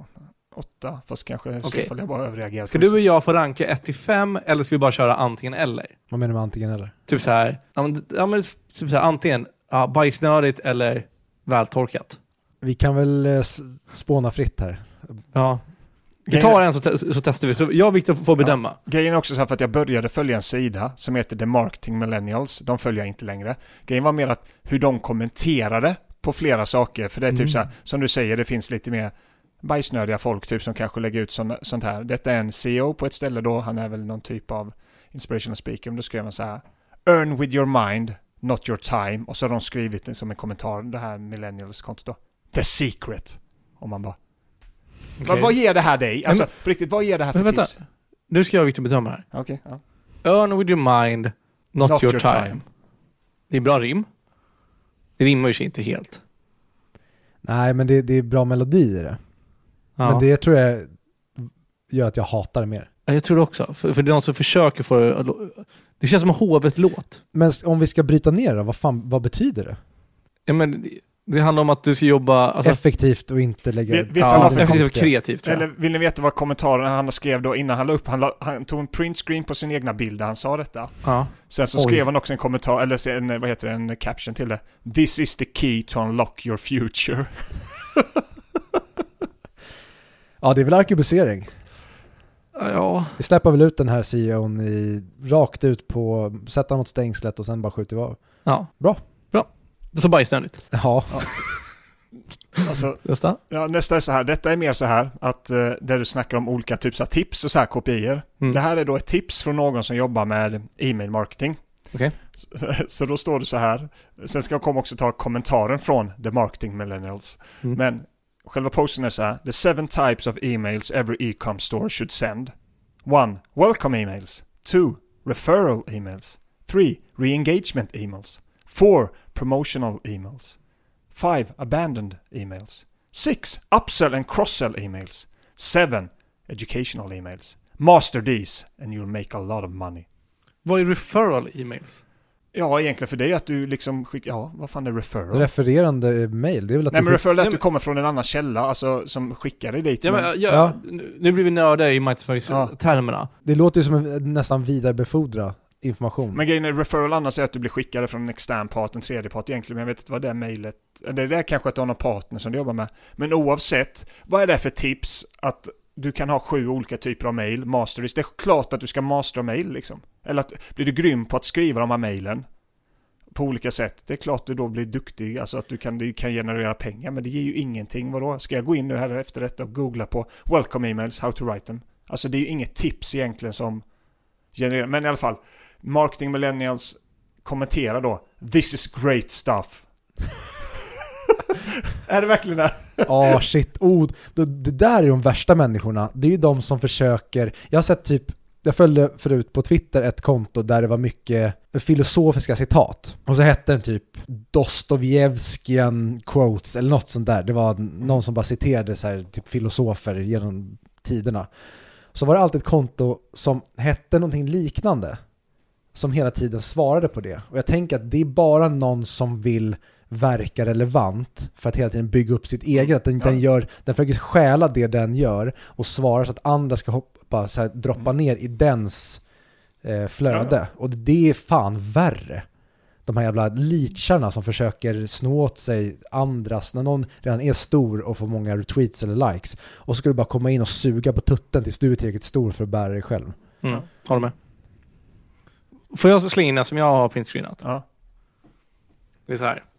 8. Fast kanske så fall jag bara överreagerar. Ska du och jag få ranka 1-5 eller ska vi bara köra antingen eller? Vad menar du med antingen eller? Typ så här, typ så här antingen bajsnödigt eller vältorkat. Vi kan väl spåna fritt här. Ja. Vi tar en så testar vi. Så jag och Victor får bedöma. Grejen är också så här, för att jag började följa en sida som heter The Marketing Millennials. De följer jag inte längre. Grejen var mer att hur de kommenterade på flera saker. För det är typ så här, som du säger, det finns lite mer bajsnödiga folk typ som kanske lägger ut sånt här. Detta är en CEO på ett ställe då. Han är väl någon typ av inspirational speaker. Då skrev han så här: earn with your mind, not your time. Och så har de skrivit det som en kommentar, det här millennials-kontot då. The secret. Om man bara... Okay. Vad ger det här dig? Alltså, på riktigt, vad ger det här för tips? Nu ska jag Victor bedöma här. Okej. Earn with your mind, not your time. Det är bra rim. Det rimmar ju sig inte helt. Nej, men det är bra melodi i det. Ja. Men det tror jag gör att jag hatar det mer. Ja, jag tror det också. För det är någon som försöker få det känns som en hovet-låt. Men om vi ska bryta ner det, vad betyder det? Ja, men det handlar om att du ska jobba... Alltså, effektivt och inte lägga... effektivt och kreativt. Eller vill ni veta vad kommentaren han skrev då innan han la upp? Han tog en printscreen på sin egna bild där han sa detta. Ja. Sen så skrev han också en kommentar, eller en caption till det. This is the key to unlock your future. Ja, det är väl arkebusering. Ja. Vi släpper väl ut den här CEOn rakt ut på, sätta något stängslet och sen bara skjuter vi av. Ja. Bra. Det är så bajsnödigt. Ja. Alltså, nästa är så här. Detta är mer så här att där du snackar om olika typer av tips och så här kopior. Det här är då ett tips från någon som jobbar med e-mail marketing. Okay. Så då står det så här. Sen ska jag komma också ta kommentaren från The Marketing Millennials. Men själva posten är så här. The 7 types of emails every e-com store should send. 1. Welcome emails. 2. Referral emails. 3. Re-engagement emails. 4. Promotional emails. 5. Abandoned emails. 6. Upsell and cross-sell emails. 7. Educational emails. Master these and you'll make a lot of money. Vad är referral emails? Ja, egentligen för det är att du liksom skickar... Ja, vad fan är referral? Refererande mail, det är väl att men referral är att du kommer från en annan källa, alltså som skickar dig dit. Nu blir vi nörda i marknadsföringstermerna. Det låter ju som en nästan vidarebefordra information. Men grejen är referral annars är att du blir skickade från en extern part, en tredje part egentligen, men jag vet inte vad det är mejlet. Det är kanske att du har någon partner som du jobbar med. Men oavsett, vad är det för tips att du kan ha 7 olika typer av mejl, masteries. Det är klart att du ska mastera mejl liksom. Eller att blir du grym på att skriva de här mejlen på olika sätt. Det är klart att du då blir duktig, alltså att du kan generera pengar, men det ger ju ingenting. Vadå? Ska jag gå in nu här efter detta och googla på welcome emails, how to write them? Alltså det är ju inget tips egentligen som genererar, men i alla fall Marketing Millennials kommenterar då this is great stuff. Är det verkligen det? Ja, shit. Det där är de värsta människorna. Det är ju de som försöker... Jag har sett typ... Jag följde förut på Twitter ett konto där det var mycket filosofiska citat. Och så hette den typ Dostojevskian quotes eller något sånt där. Det var någon som bara citerade så här, typ filosofer genom tiderna. Så var det alltid ett konto som hette någonting liknande som hela tiden svarade på det. Och jag tänker att det är bara någon som vill verka relevant för att hela tiden bygga upp sitt eget. Att den försöker stjäla det den gör och svarar så att andra ska droppa ner i dens flöde. Och det är fan värre. De här jävla leacharna som försöker snå åt sig andras när någon redan är stor och får många retweets eller likes. Och så ska du bara komma in och suga på tutten tills du är tillräckligt stor för att bära dig själv. Håller med. Får jag slänga in en som jag har printscreenat? Ja. Det är så här.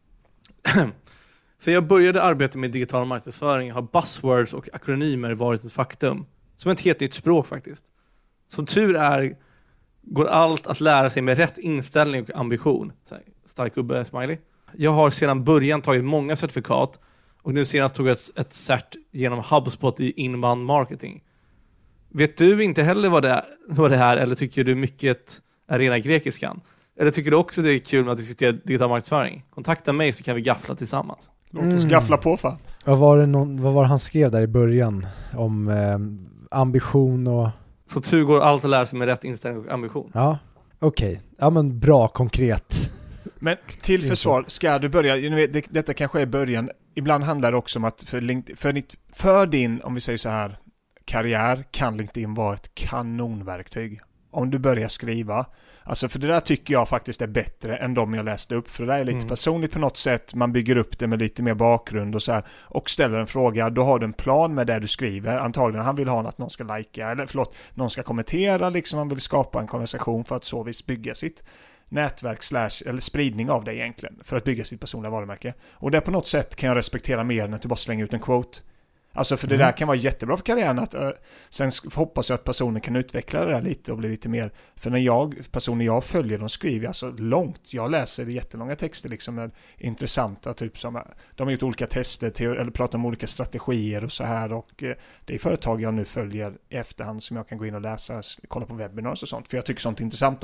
Så jag började arbeta med digital marknadsföring har buzzwords och akronymer varit ett faktum. Som ett helt nytt språk faktiskt. Som tur är går allt att lära sig med rätt inställning och ambition. Så här, stark gubbe, smiley. Jag har sedan början tagit många certifikat och nu senast tog jag ett cert genom HubSpot i inbound marketing. Vet du inte heller vad det här eller tycker du mycket är rena grekiskan? Eller tycker du också det är kul med att diskutera digital marknadsföring? Kontakta mig så kan vi gaffla tillsammans. Låt oss gaffla på fan. Vad var det han skrev där i början om ambition och... Så tur går allt att lära sig med rätt inställning och ambition. Ja, okej. Ja, men bra, konkret. Men till försvar, ska du börja... Detta kanske är början. Ibland handlar det också om att för din, om vi säger så här, karriär kan LinkedIn vara ett kanonverktyg. Om du börjar skriva. Alltså för det där tycker jag faktiskt är bättre än de jag läste upp. För det där är lite personligt på något sätt. Man bygger upp det med lite mer bakgrund och så här. Och ställer en fråga. Då har du en plan med det du skriver. Antagligen han vill ha att någon ska likea. Eller någon ska kommentera. Liksom han vill skapa en konversation för att så vis bygga sitt nätverk eller spridning av det egentligen. För att bygga sitt personliga varumärke. Och det på något sätt kan jag respektera mer än att du bara slänger ut en quote. Alltså för det där kan vara jättebra för karriären att sen hoppas jag att personen kan utveckla det där lite och bli lite mer, för när personer jag följer, de skriver alltså långt, jag läser jättelånga texter liksom med intressanta typ som de har gjort olika tester eller pratar om olika strategier och så här, och det är företag jag nu följer i efterhand som jag kan gå in och läsa, kolla på webinars och sånt, för jag tycker sånt är intressant då.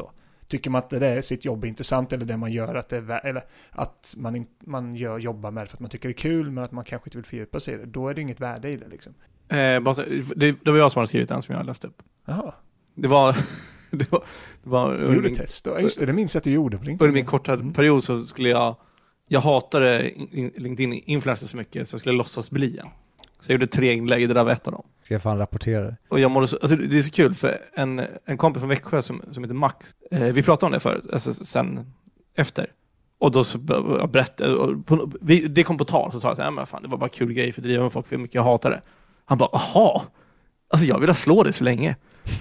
Tycker man att det är sitt jobb intressant eller det man gör att det är, eller att man jobbar med det för att man tycker det är kul men att man kanske inte vill fördjupa sig i det, då är det inget värde i det liksom. Det var jag som hade skrivit den som jag läste upp. Jaha. Det var du gjorde test då? Just det minns jag att du gjorde på LinkedIn. Under min korta period så skulle jag hatade LinkedIn-influencer så mycket så jag skulle låtsas bli en. Så jag gjorde 3 inlägg, det där var ett av dem. Ska jag fan rapportera det? Och jag mådde alltså det är så kul för en kompis från Växjö som heter Max, vi pratade om det förut, alltså sen efter. Och då så jag berättade, det kom på tal, så sa jag så här, men fan, det var bara kul grej för att driva med folk för mycket jag hatar det. Han bara, aha, alltså jag vill slå det så länge.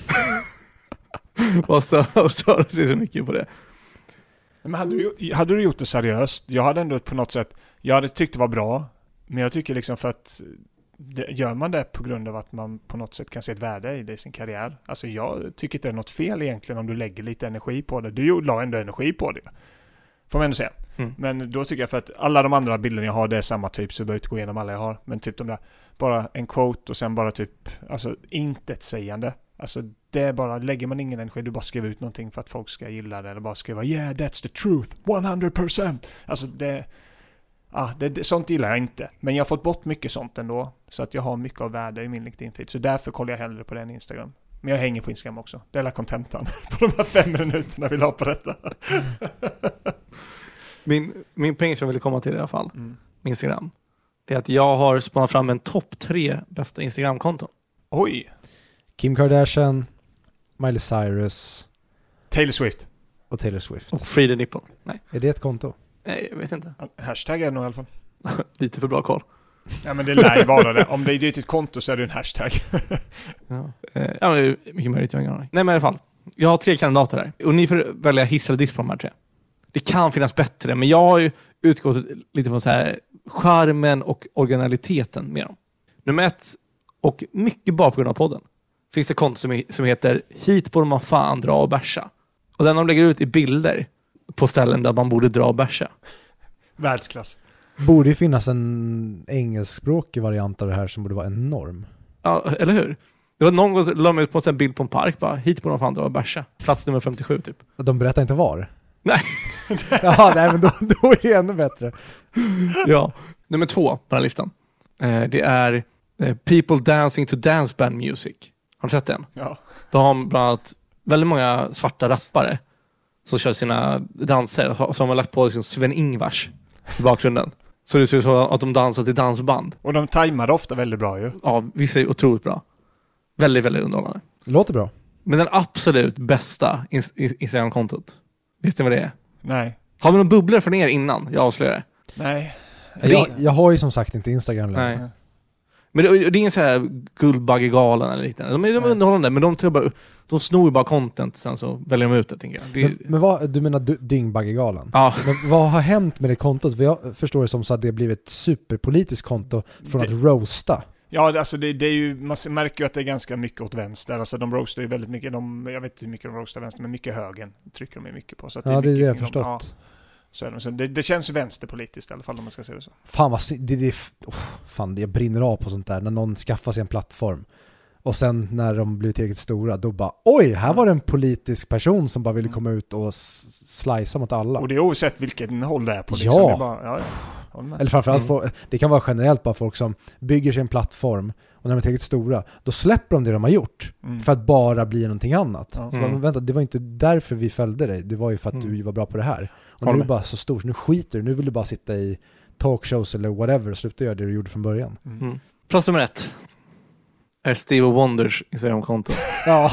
Och störde sig så mycket på det. Men hade du gjort det seriöst? Jag hade ändå på något sätt, jag hade tyckt det var bra, men jag tycker liksom för att gör man det på grund av att man på något sätt kan se ett värde i det i sin karriär. Alltså jag tycker inte det är något fel egentligen om du lägger lite energi på det. Du la ändå energi på det. Får man ändå säga. Men då tycker jag för att alla de andra bilderna jag har, det är samma typ, så jag behöver inte gå igenom alla jag har. Men typ de där, bara en quote och sen bara typ, alltså intetsägande. Alltså det är bara, lägger man ingen energi, du bara skriver ut någonting för att folk ska gilla det eller bara skriva yeah, that's the truth, 100%. Alltså sånt gillar jag inte. Men jag har fått bort mycket sånt ändå. Så att jag har mycket av värde i min LinkedIn-feed. Så därför kollar jag hellre på den Instagram. Men jag hänger på Instagram också. Det är hela contentan på de här 5 minuterna vi la på detta. Min poäng som jag ville komma till i alla fall, med Instagram, det är att jag har spanat fram en topp 3 bästa Instagram-konton. Oj! Kim Kardashian, Miley Cyrus, Taylor Swift. Och Taylor Swift. Och Free the Nipple. Nej. Är det ett konto? Nej, jag vet inte. Hashtag är det nog i alla fall. Lite för bra koll. Ja, men det lär ju vara det. Om det är ett konto så är det en hashtag. Ja, men mycket möjligt. Jag har ingen aning. Nej, men i alla fall. Jag har 3 kandidater här. Och ni får välja hiss eller diss på de här 3. Det kan finnas bättre, men jag har ju utgått lite från så här charmen och originaliteten med dem. Nummer 1, och mycket bara på grund av podden, finns det konto som heter Hit borde man fan dra och bärsa. Och den de lägger ut i bilder på ställen där man borde dra och bärsa. Världsklass. Borde ju finnas en engelskspråkig variant av det här som borde vara enorm. Ja, eller hur? Det var någon gång som la mig ut på en bild på en park, bara hit borde man fan dra och bärsa. Plats nummer 57 typ. Och de berättar inte var. Nej. Ja, nej, men då är det ännu bättre. Ja. Nummer 2 på den här listan. Det är People Dancing to Dance Band Music. Har du sett den? Ja. Då har bland annat väldigt många svarta rappare som kör sina danser, som har lagt på liksom Sven-Ingvars i bakgrunden. Så det ser ut som att de dansar till dansband. Och de tajmar ofta väldigt bra ju. Ja, vissa är otroligt bra. Väldigt, väldigt underhållande. Låter bra. Men den absolut bästa Instagram-kontot, vet ni vad det är? Nej. Har vi någon bubblor för er innan jag avslöjar det? Nej. Jag har ju som sagt inte Instagram längre. Nej. Men det är ingen så här Guldbaggegalen eller liknande. De är underhållande, men de snor ju bara content, sen så väljer de ut det, tänker jag. Men vad, du menar Dyngbaggegalan? Ja. Men vad har hänt med det kontot? För jag förstår det som så att det blivit ett superpolitiskt konto från att roasta. Ja, alltså det är ju, man märker ju att det är ganska mycket åt vänster. Alltså de roastar ju väldigt mycket, jag vet inte hur mycket de roastar vänster, men mycket högen trycker de ju mycket på. Så att det är det jag förstått. Ja. Så det känns ju vänsterpolitiskt i alla fall, om man ska säga det så. Fan vad fan, jag brinner av på sånt där när någon skaffar sig en plattform och sen när de blir tillräckligt stora då bara, oj, här var det en politisk person som bara ville komma ut och slicea mot alla. Och det är oavsett vilken håll det är på liksom. Ja. Det är bara, eller framförallt det kan vara generellt bara folk som bygger sig en plattform och när de är tillräckligt stora, då släpper de det de har gjort för att bara bli någonting annat. Så bara, vänta, det var inte därför vi följde dig, det var ju för att du var bra på det här. Och nu är du bara så stor, så nu skiter du, nu vill du bara sitta i talkshows eller whatever och sluta göra det du gjorde från början. Plats nummer 1 är Steve Wonders Instagram-konto. Ja.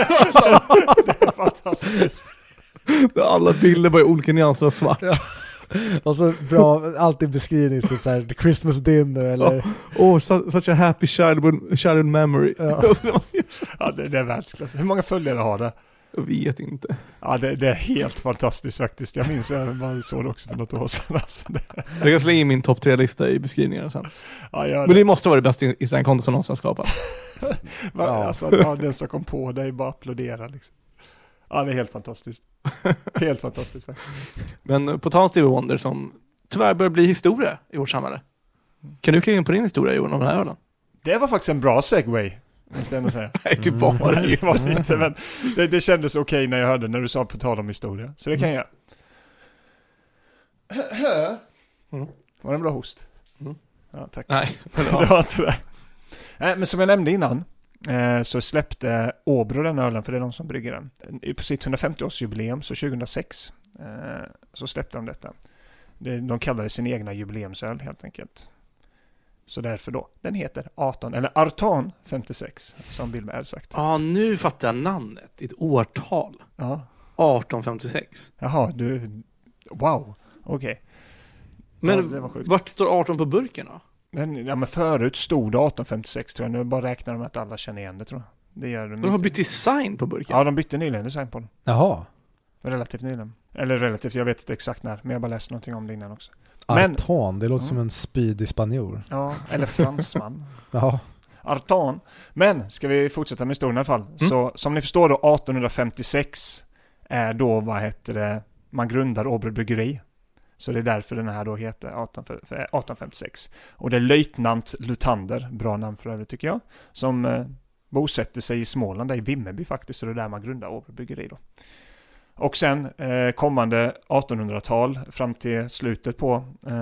Det är fantastiskt. Alla bilder bara i olika nyanser av svart. Ja. Och så bra, alltid beskrivning typ såhär, the Christmas dinner eller... Such a happy childhood memory. Ja. Ja, det är världsklass. Hur många följare har det? Jag vet inte. Ja, det är helt fantastiskt faktiskt. Jag minns att man såg det också för något år sedan. Alltså, jag kan slänga in min topp 3-lista i beskrivningen sen. Ja, men det måste vara det bästa Instagram-konto som någonsin har skapats. Alltså, den som kom på det är bara applådera liksom. Ja, det är helt fantastiskt. Helt fantastiskt faktiskt. Men på tal om Stevie Wonder som tyvärr börjar bli historia i vårt samhälle. Kan du klicka in på din historia, Johan, om den här ölen? Det var faktiskt en bra segway. Måste jag ändå säga. Nej, det var det Det var det inte. inte, men det kändes okej när jag hörde när du sa på tal om historia. Så det kan jag göra. Var det en bra host? Ja, tack. Nej, Det var inte det. Men som jag nämnde innan så släppte Åbro den ölen, för det är de som brygger den. På sitt 150-årsjubileum, så 2006, så släppte de detta. De kallar det sin egna jubileumsöl helt enkelt. Så därför då, den heter 18, eller Artan 56, som Wilmer sagt. Ja, nu fattar jag namnet. Ett årtal. Ja. 1856. Jaha, wow, okej. Men Ja, det var sjukt. vart står 18 på burken då? Men förut stod det 1856 tror jag. Nu bara räknar de att alla känner igen det, tror jag. Det gör de De har inte. bytt design på burken. Ja, de bytte nyligen design på den. Jaha. Relativt nyligen. Eller relativt, jag vet inte exakt när. Men jag bara läste någonting om det innan också. Men- Artan, det låter som en spydig spanjor. Ja, eller fransman. Jaha. Artan. Men, ska vi fortsätta med historien i alla fall. Så som ni förstår då, 1856 är då, man grundar Åbro bryggeri. Så det är därför den här då heter 1856. Och det är löjtnant Lutander, bra namn för övrigt tycker jag, som bosätter sig i Småland, där i Vimmerby faktiskt, så det är där man grundar Åbro bryggeri då. Och sen kommande 1800-tal fram till slutet på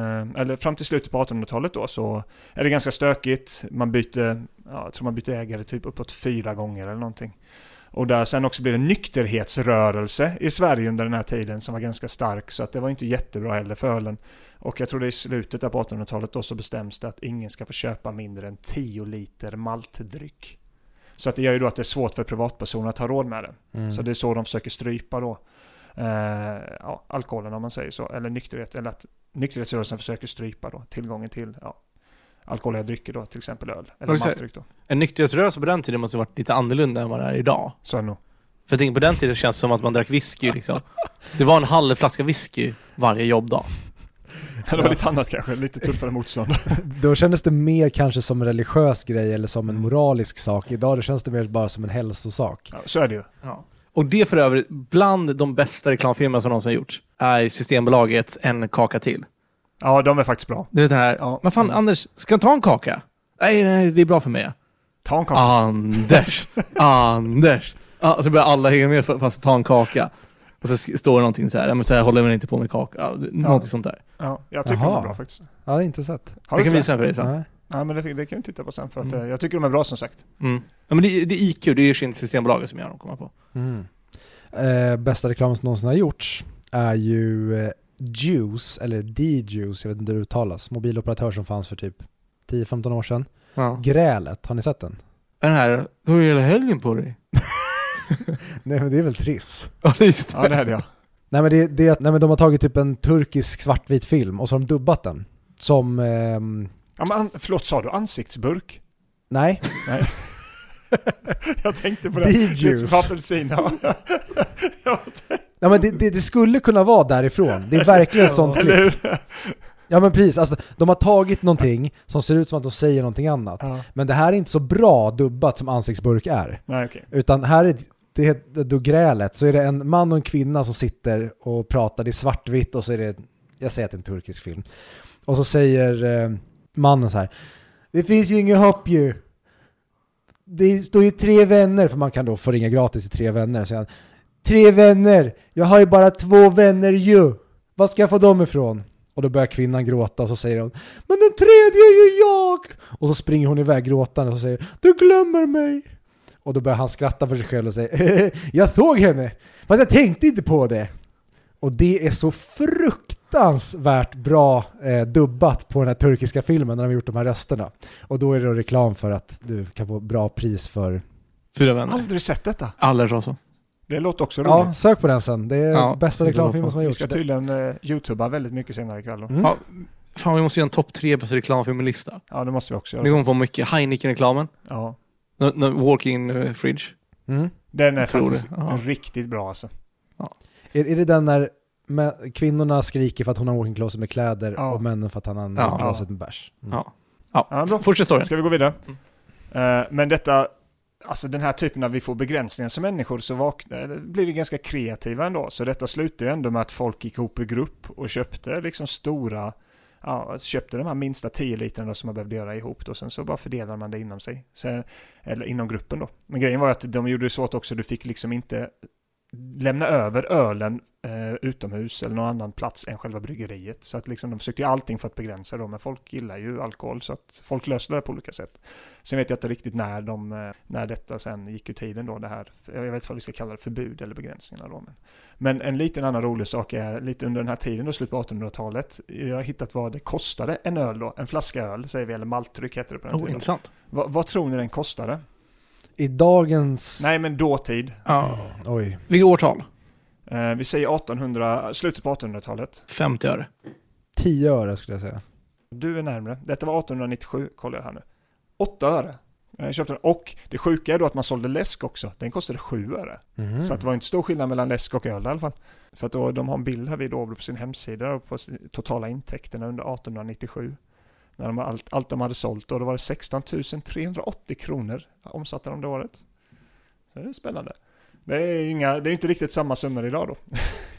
1800-talet då, så är det ganska stökigt. Jag tror man byter ägare typ uppåt 4 gånger eller någonting. Och där sen också blir det en nykterhetsrörelse i Sverige under den här tiden som var ganska stark, så att det var inte jättebra heller för ölen. Och jag tror det är i slutet av 1800-talet då så bestäms det att ingen ska få köpa mindre än 10 liter maltdryck. Så att det gör ju då att det är svårt för privatpersoner att ha råd med det. Så det är så de försöker strypa då alkoholen, om man säger så, eller nykterhet, eller att nykterhetsrörelsen försöker strypa då tillgången till alkoholiga drycker då, till exempel öl eller maltdryck då. En nykterhetsrörelse på den tiden måste ha varit lite annorlunda än vad det är idag. Så är det nog. För jag tänker på den tiden känns det som att man drack whisky liksom. Det var en halv flaska whisky varje jobbdag. Det var lite annat kanske, lite tuffare motstånd. Då kändes det mer kanske som en religiös grej eller som en moralisk sak. Idag känns det mer bara som en hälsosak. Ja, så är det ju. Ja. Och det för övrigt, bland de bästa reklamfilmerna som någonsin har gjorts är Systembolagets En kaka till. Ja, de är faktiskt bra. Du vet den här, Ja. men fan Anders, ska jag ta en kaka? Nej, det är bra för mig. Ta en kaka. Anders. Ja, så börjar alla hänga med fast ta en kaka. Och så står det någonting så här, men så här håller man inte på med kaka. Ja, någonting sånt där. Ja, jag tycker Jaha. de är bra faktiskt. Ja, det är inte sett. Har Jag du kan inte visa det? för dig sen. Nej. Ja, men det kan vi titta på sen för att jag tycker de är bra som sagt. Mm. Ja, men det är IQ, det är ju Systembolaget som gör dem komma på. Bästa reklam som någonsin har gjorts är ju Juice, eller D-Juice, jag vet inte hur det uttalas. Mobiloperatör som fanns för typ 10-15 år sedan. Ja. Grälet, har ni sett den? Den här, hur är hela helgen på dig? Nej, men det är väl Triss. Ja, just det. Ja, det hade jag. Nej, men de har tagit typ en turkisk svartvit film och så har de dubbat den. Som... Ja, men förlåt, sa du ansiktsburk? Nej. Nej. Jag tänkte på det. D-Juice. Apelsin. Ja. Ja, men det skulle kunna vara därifrån. Det är verkligen ett sånt Eller klipp. hur? Ja, men precis. Alltså, de har tagit någonting som ser ut som att de säger någonting annat. Ja. Men det här är inte så bra dubbat som ansiktsburk är. Nej, okej. Utan här är det då grälet. Så är det en man och en kvinna som sitter och pratar. Det är svartvitt och så är det... Jag säger att det är en turkisk film. Och så säger mannen så här: det finns ju inget hopp ju. Det står ju 3 vänner. För man kan då få ringa gratis till 3 vänner. Så han, 3 vänner. Jag har ju bara 2 vänner ju. Vad ska jag få dem ifrån? Och då börjar kvinnan gråta och så säger hon: men den tredje är ju jag. Och så springer hon iväg gråtande och så säger: du glömmer mig. Och då börjar han skratta för sig själv och säger: jag såg henne, fast jag tänkte inte på det. Och det är så fruktansvärt bra dubbat på den här turkiska filmen när de har gjort de här rösterna. Och då är det reklam för att du kan få bra pris för... 4 vänner. Aldrig sett detta. Alldeles också. Det låter också roligt. Ja, sök på den sen. Det är bästa reklamfilmen som har Vi gjorts. ska tydligen YouTubea väldigt mycket senare ikväll då. Ja, fan, vi måste göra en topp 3 bästa reklamfilmlista. Ja, det måste vi också göra. Ni kommer på mycket. Heineken-reklamen. Ja. Walk-in fridge. Den är tror faktiskt det. Ja. riktigt bra alltså. Är det den när kvinnorna skriker för att hon har walking closet med kläder Ja. och männen för att han har en Ja. walking closet med bärs? Ja, bra. fortsätt storyn. Ska vi gå vidare? Men detta, alltså den här typen när vi får begränsningar som människor så blir vi ganska kreativa ändå. Så detta slutar ju ändå med att folk gick ihop i grupp och köpte liksom stora köpte de här minsta 10 literna som man behövde göra ihop då. Sen så bara fördelade man det inom sig. Eller inom gruppen då. Men grejen var att de gjorde det så att också du fick liksom inte lämna över ölen utomhus eller någon annan plats än själva bryggeriet. Så att liksom, de försökte ju allting för att begränsa det. Men folk gillar ju alkohol så att folk löste det på olika sätt. Sen vet jag inte riktigt när detta sen gick ur tiden då. Det här, jag vet inte vad vi ska kalla det, förbud eller begränsningar då. Men en liten annan rolig sak är lite under den här tiden då, slut på 1800-talet. Jag har hittat vad det kostade en öl då. En flaska öl säger vi, eller maltdryck heter det på den tiden. Intressant. Vad tror ni den kostade? I dagens... Nej, men dåtid. Oj. Vilket årtal? Vi säger slutet på 1800-talet. 50 öre. 10 öre skulle jag säga. Du är närmare. Detta var 1897, kollar jag här nu. 8 öre. Jag köpte den. Och det sjuka är då att man sålde läsk också. Den kostade 7 öre. Mm. Så att det var inte stor skillnad mellan läsk och öl i alla fall. För att då, de har en bild här vid Åbro på sin hemsida och på totala intäkterna under 1897. När de allt de hade sålt. Och då var det 16 380 kronor omsatte de det året. Så det är spännande. Det är inte riktigt samma summor idag då.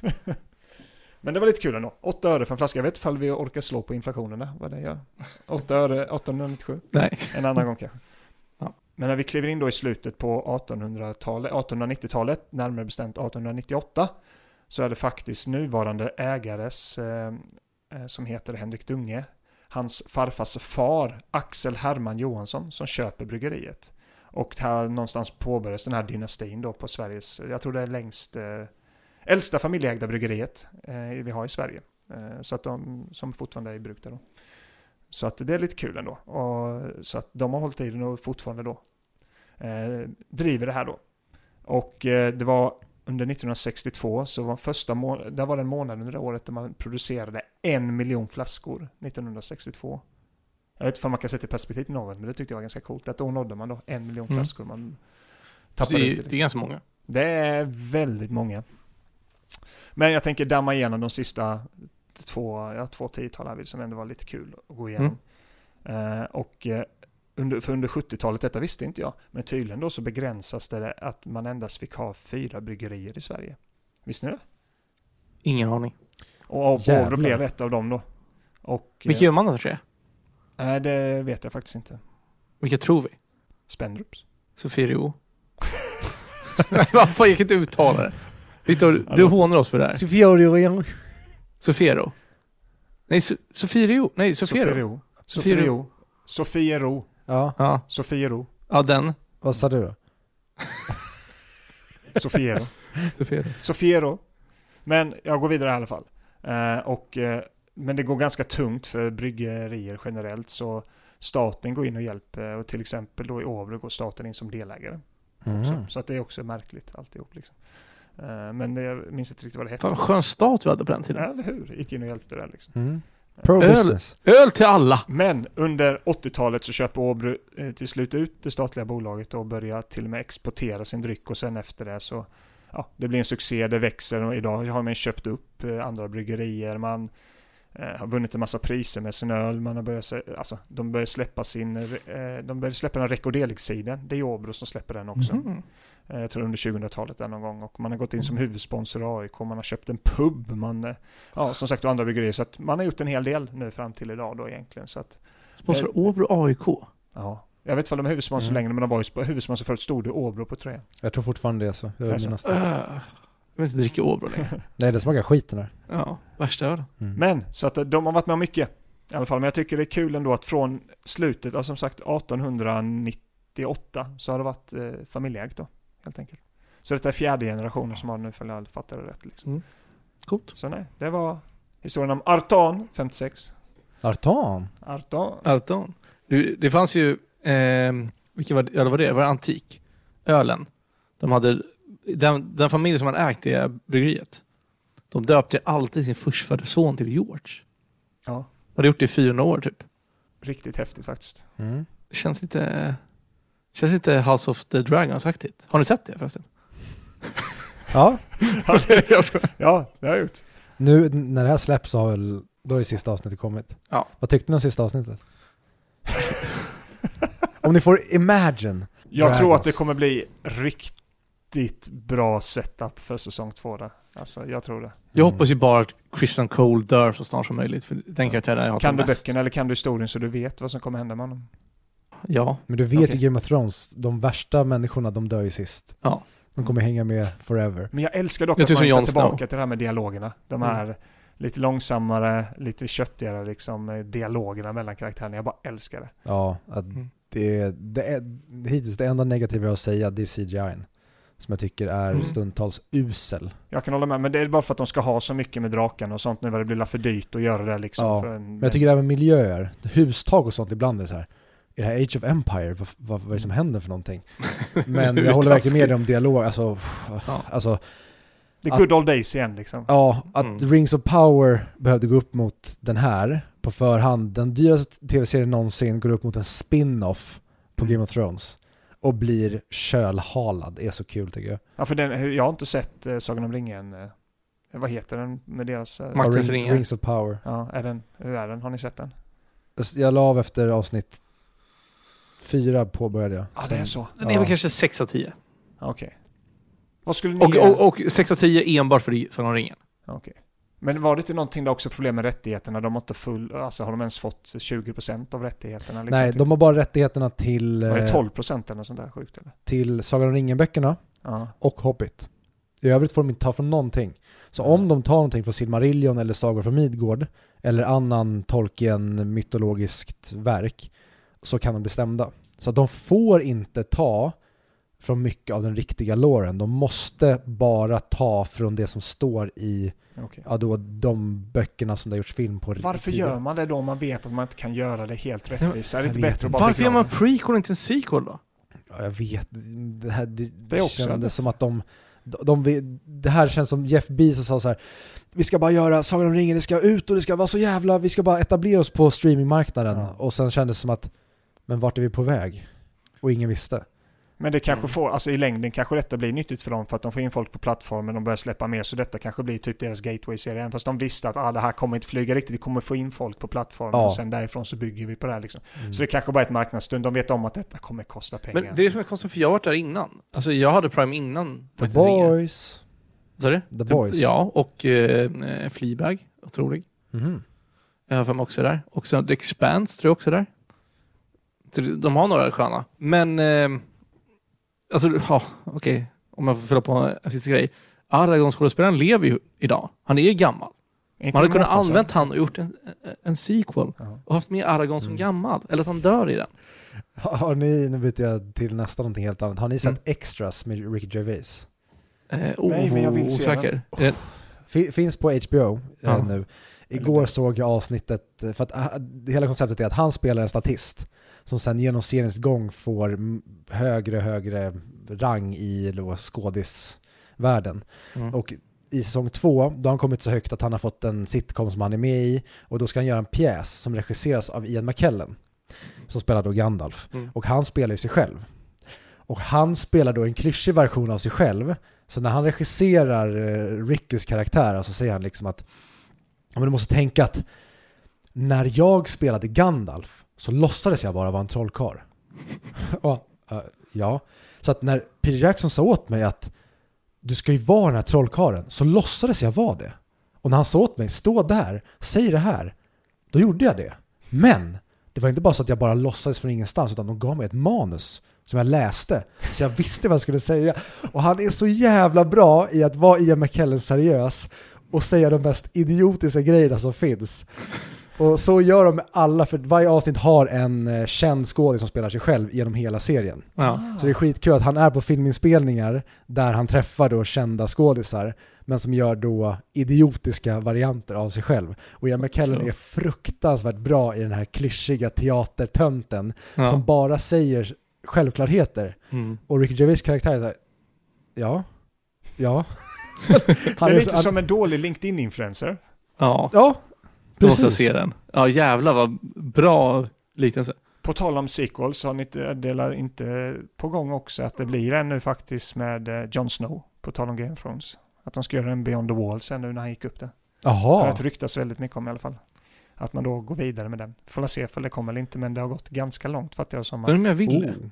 Men det var lite kul ändå. 8 öre för en flaska. Jag vet inte ifall vi orkar slå på inflationerna. Vad det gör. 8 öre 1897. Nej. En annan gång kanske. Ja. Men när vi kliver in då i slutet på 1890-talet, närmare bestämt 1898, så är det faktiskt nuvarande ägares som heter Henrik Dunge, hans farfars far Axel Herman Johansson, som köper bryggeriet. Och här någonstans påbörjas den här dynastin då på Sveriges, jag tror det är äldsta familjeägda bryggeriet vi har i Sverige. Så att som fortfarande är i bruk där då. Så att det är lite kul ändå. Så att de har hållit tiden och fortfarande då driver det här då. Och det var under 1962 så var där var det en månad under det året där man producerade 1 miljon flaskor 1962. Jag vet inte om man kan sätta i perspektiv något, men det tyckte jag var ganska coolt. Att då nådde man då 1 miljon flaskor. Man tappade Det är ganska många. Det är väldigt många. Men jag tänker damma igenom de sista två 10-tal här som ändå var lite kul att gå igenom. Under 70-talet, detta visste inte jag, men tydligen då så begränsas det att man endast fick ha 4 bryggerier i Sverige. Visste ni det? Ingen aning. Och Åbro blev ett av dem då. Vilka gör man då, tror jag? Nej, det vet jag faktiskt inte. Vilka tror vi? Spendrups. Sofiero. Varför jag kan inte uttala det? Victor, du hånar oss för det här. Sofiero. Nej, Sofiero. Nej, Sofiero. Sofiero. Ja. Sofiero. Ja, den. Vad sa du då? Sofiero. Men jag går vidare i alla fall. Men det går ganska tungt för bryggerier generellt, så staten går in och hjälper, och till exempel då i Åbro går staten in som delägare. Så att det är också märkligt alltihop liksom. Men jag minns inte riktigt vad det hette. Vad skön stat vi hade på den tiden. Ja, eller hur? Gick in och hjälpte där liksom. Pro-business. Öl till alla! Men under 80-talet så köper Åbro till slut ut det statliga bolaget och börjar till och med exportera sin dryck, och sen efter det så det blir en succé, det växer, och idag har man köpt upp andra bryggerier, man har vunnit en massa priser med sin öl, man har börjat, de börjar släppa den rekordelig-sidan, det är Åbro som släpper den också. Jag tror under 2000-talet där någon gång, och man har gått in som huvudsponsor i AIK, man har köpt en pub, som sagt, och andra bryggerier, så att man har gjort en hel del nu fram till idag då egentligen. Så att, sponsor Åbro AIK? Ja, jag vet inte om de är huvudsponsor längre, men de var ju huvudsponsor för ett stod Åbro på tröjan. Jag tror fortfarande det är så. Jag vill inte dricka Åbro längre. Nej, det smakar skiten där. Ja, värsta öl. Men, så att de har varit med om mycket i alla fall. Men jag tycker det är kul ändå att från slutet, som sagt 1898, så har det varit familjeägt då, helt enkelt. Så det är 4:e generationen som har nu, för jag fattar det rätt liksom. Coolt. Så nej, det var historien om Artan 56. Artan? Det fanns ju vilken var det? Var det antik? Ölen. De hade den familj som hade ägt det bryggeriet. De döpte alltid sin förstfödde son till George. Ja. Och det gjort det i 400 år typ. Riktigt häftigt faktiskt. Det känns lite House of the Dragons-aktigt. Har ni sett det förresten? Ja. Ja, det har jag gjort. Nu när det här släpps så då är sista avsnittet kommit. Ja. Vad tyckte ni om sista avsnittet? Om ni får imagine. Jag tror att det kommer bli riktigt bra setup för säsong 2 där. Alltså, jag tror det. Jag hoppas ju bara att Kristen Cole dör så snart som möjligt. För den karaktären jag hatar Kan du mest. böckerna eller kan du historien så du vet vad som kommer hända med honom? Ja. Men du vet ju Game of Thrones, de värsta människorna, de dör ju sist. Ja. De kommer hänga med forever. Men jag älskar dock Jag att tycker man som är Jon tillbaka Snow. till det här med dialogerna. De här lite långsammare, lite köttigare liksom, dialogerna mellan karaktärerna. Jag bara älskar det. Ja, att det är hittills det enda negativa jag har att säga, det är CGI. Som jag tycker är stundtals usel. Jag kan hålla med, men det är bara för att de ska ha så mycket med drakarna och sånt nu vad det blir för dyrt att göra det liksom. Ja, för en, men jag tycker även miljöer, hustag och sånt ibland är så här. I det här Age of Empire, vad är det som händer för någonting? Men jag håller verkligen med dig om dialog. Alltså det är good old days igen liksom. Ja, att Rings of Power behövde gå upp mot den här på förhand. Den dyraste tv-serien någonsin går upp mot en spin-off på Game of Thrones. Och blir kölhalad. är så kul tycker jag. Ja, för jag har inte sett Sagan om ringen. Vad heter den med deras... Maktens ringar. Rings of Power. Ja, hur är den? Har ni sett den? Jag la av efter avsnitt 4 påbörjade jag. Ja, det är så. Den är väl kanske 6 av 10. Okej. Vad skulle ni... Och 6 av 10 enbart för Sagan om ringen. Okej. Men var det inte någonting där också problem med rättigheterna? De har inte har de ens fått 20% av rättigheterna? Liksom, Nej, de har bara rättigheterna till... Var det 12% eller något sånt där sjukt eller? Till Sagan om ringen-böckerna och Hobbit. I övrigt får de inte ta från någonting. Så om de tar någonting från Silmarillion eller Sagor från Midgård eller annan Tolkien-mytologiskt verk så kan de bli stämda. Så de får inte ta från mycket av den riktiga loren. De måste bara ta från det som står i då, de böckerna som det har gjorts film på. Varför gör man det då om man vet att man inte kan göra det helt rättvist? Är det inte bättre att bara varför gör man prequel och inte en sequel då? Ja, jag vet. Det också kändes som att det här känns som Jeff Bezos sa så här: vi ska bara göra Sagan om ringen, det ska ut och det ska vara så jävla, vi ska bara etablera oss på streamingmarknaden. Och sen kändes det som att, men vart är vi på väg? Och ingen visste. Men det kanske får, alltså i längden kanske detta blir nyttigt för dem för att de får in folk på plattformen, de börjar släppa mer, så detta kanske blir typ deras gateway-serie, även fast de visste att det här kommer inte flyga riktigt, vi kommer få in folk på plattformen och sen därifrån så bygger vi på det här liksom. Så det kanske bara är ett marknadsstund, de vet om att detta kommer kosta pengar. Men det är det som är konstigt, för jag har varit där innan. Alltså jag hade Prime innan. The Boys. Sorry? The Boys. Ja, och Fleabag, otrolig. Jag har för mig också där. Och sen The Expanse tror jag också där. Så de har några sköna. Men okej. Om jag får fylla på en sista grej. Aragorn skådespelaren lever ju idag. Han är gammal. Man hade kunnat använt han och gjort en sequel och haft med Aragorn som gammal. Eller att han dör i den. Har ni, nu byter jag till nästan någonting helt annat. Har ni sett Extras med Ricky Gervais? Nej, men jag vill se osäker. Finns på HBO nu. Igår såg jag avsnittet, för att hela konceptet är att han spelar en statist som sen genom seriens gång får högre rang i skådisvärlden. Och i säsong 2 då har han kommit så högt att han har fått en sitcom som han är med i, och då ska han göra en pjäs som regisseras av Ian McKellen som spelar då Gandalf. Och han spelar ju sig själv. Och han spelar då en klyschig version av sig själv. Så när han regisserar Rickys karaktär så säger han liksom att du måste tänka att när jag spelade Gandalf så låtsades jag bara vara en trollkarl. Ja. Så att när Peter Jackson sa åt mig att du ska ju vara den här trollkarlen, så låtsades jag vara det. Och när han sa åt mig, stå där, säg det här, då gjorde jag det. Men det var inte bara så att jag bara låtsades från ingenstans, utan de gav mig ett manus som jag läste, så jag visste vad jag skulle säga. Och han är så jävla bra i att vara Ian McKellen seriös och säga de mest idiotiska grejerna som finns. Och så gör de med alla, för varje avsnitt har en känd skådespelare som spelar sig själv genom hela serien. Så det är skitkul att han är på filminspelningar där han träffar då kända skådisar, men som gör då idiotiska varianter av sig själv. Och Ian McKellen är fruktansvärt bra i den här klyschiga teatertönten som bara säger självklarheter. Och Ricky Gervais karaktär är så här, ja. Han är lite som en dålig LinkedIn-influencer. Ja, precis. Måste se den. Ja, jävlar vad bra liknelse. På tal om sequels så har ni delar inte på gång också att det blir en nu faktiskt med Jon Snow, på tal om Game of Thrones. Att de ska göra en Beyond the Wall sen nu när han gick upp det. Jaha. Det ryktas väldigt mycket om i alla fall. Att man då går vidare med den. Får se för det kommer eller inte, men det har gått ganska långt för att jag som att... Men jag vill det.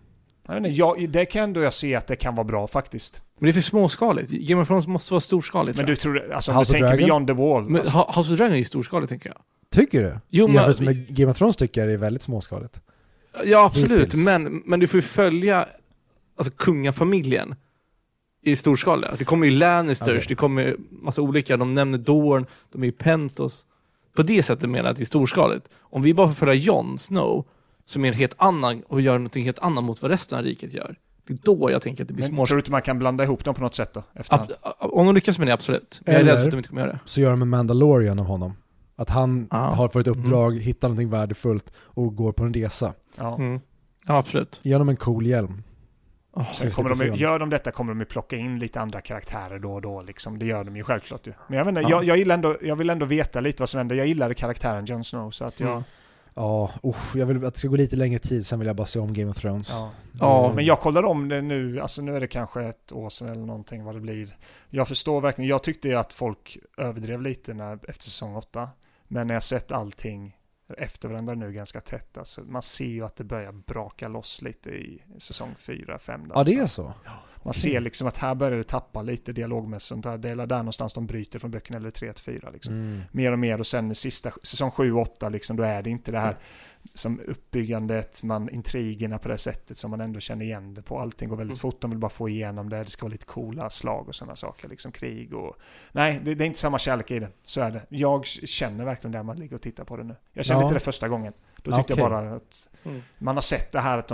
Det kan ändå jag se att det kan vara bra faktiskt. Men det är för småskaligt. Game of Thrones måste vara storskaligt. Men du tror, alltså om House du of tänker Dragon? Beyond the Wall. Men House of Dragon är ju storskaligt, tänker jag. Tycker du? Jo, men, Jämfört med Game of Thrones tycker jag det är väldigt småskaligt. ja, absolut. Hittills. Men du får ju följa alltså kungafamiljen i storskaliga. Det kommer ju Lannisters, Okay. det kommer massa olika. De nämner Dorne, de är ju Pentos. På det sättet menar jag att det är storskaligt. Om vi bara får följa Jon Snow, som är en helt annan och gör något helt annat mot vad resten av riket gör. Det är då jag tänker att det blir Men småskaligt. tror du inte man kan blanda ihop dem på något sätt då? Efterhand? Om de lyckas med det, absolut. Men jag är rädd för att de inte kommer göra det. Så gör de en Mandalorian av honom. Att han har fått ett uppdrag, hittar någonting värdefullt och går på en resa. Ja. Ja, absolut. Ge honom en cool hjälm. Sen kommer gör de detta kommer de ju plocka in lite andra karaktärer då och då. Liksom. Det gör de ju självklart ju. Men jag vet inte, jag vill ändå veta lite vad som händer. Jag gillade karaktären Jon Snow så att jag... Ja, jag vill att det ska gå lite längre tid, sen vill jag bara se om Game of Thrones. Ja. Men jag kollar om det nu, alltså nu är det kanske ett år sedan eller någonting vad det blir. Jag förstår verkligen, jag tyckte ju att folk överdrev lite efter säsong 8. Men när jag sett allting efter varandra nu ganska tätt, alltså, man ser ju att det börjar braka loss lite i säsong 4, 5. Ja, det är så. Man ser liksom att här börjar det tappa lite dialogmässigt. Det är där någonstans de bryter från böckerna eller 3-4 liksom. Mer och mer, och sen sista säsong 7-8 liksom, då är det inte det här som uppbyggandet, intrigerna på det sättet som man ändå känner igen det på. Allting går väldigt fort, de vill bara få igenom det ska vara lite coola slag och sådana saker, liksom krig och... Nej, det är inte samma kärlek i det, så är det. Jag känner verkligen det, man ligger och tittar på det nu. Jag kände inte det första gången. Då tyckte jag bara att man har sett det här att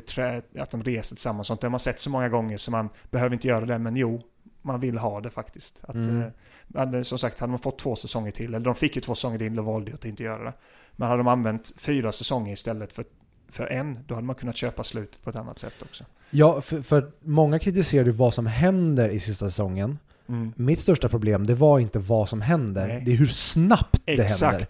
de reser tillsammans, sånt. Det har man sett så många gånger så man behöver inte göra det, men jo, man vill ha det faktiskt. Som sagt, hade man fått 2 säsonger till, eller de fick ju 2 säsonger till och valde att inte göra det. Men hade de använt 4 säsonger istället för en, då hade man kunnat köpa slutet på ett annat sätt också. Ja, för många kritiserar ju vad som händer i sista säsongen. Mitt största problem, det var inte vad som händer. Nej. Det är hur snabbt det händer.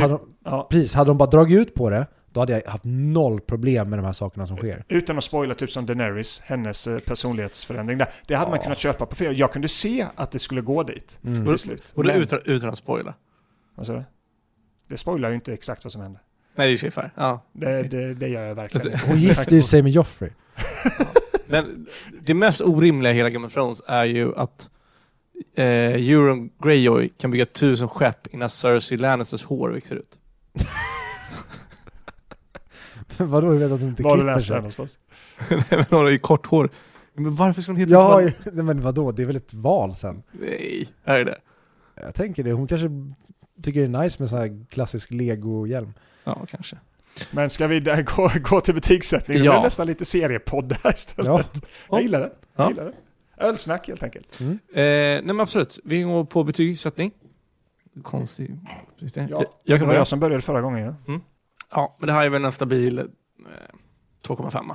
För hade de bara dragit ut på det, då hade jag haft 0 problem med de här sakerna som sker. Utan att spoila typ som Daenerys, hennes personlighetsförändring där. Det hade man kunnat köpa på 4. Jag kunde se att det skulle gå dit till slut. Och det utan att spoila. Vad sa du? Det spoilar ju inte exakt vad som händer. Nej, det är ju fair. Ja. Det gör jag verkligen. Hon gifte ju sig med Joffrey. Men det mest orimliga i hela Game of Thrones är ju att Euron Greyjoy kan bygga 1000 skepp innan Cersei Lannisters hår växer ut. Vadå, jag vet att du inte klipper sig? Någonstans? Nej, men hon har ju kort hår. Men varför ska hon heta men vadå? Det är väl ett val sen? Nej, är det? Jag tänker det. Hon kanske tycker det är nice med sån här klassisk Lego-hjälm. Ja, kanske. Men ska vi gå till betygssättning? Det blir nästan lite seriepodd här istället. Ja. Jag gillar det. Jag gillar det. Ölsnack helt enkelt. Nej, men absolut. Vi går på betygssättning. Konstigt. Ja, det var jag som började förra gången. Ja. Ja, men det här är väl en stabil 2,5.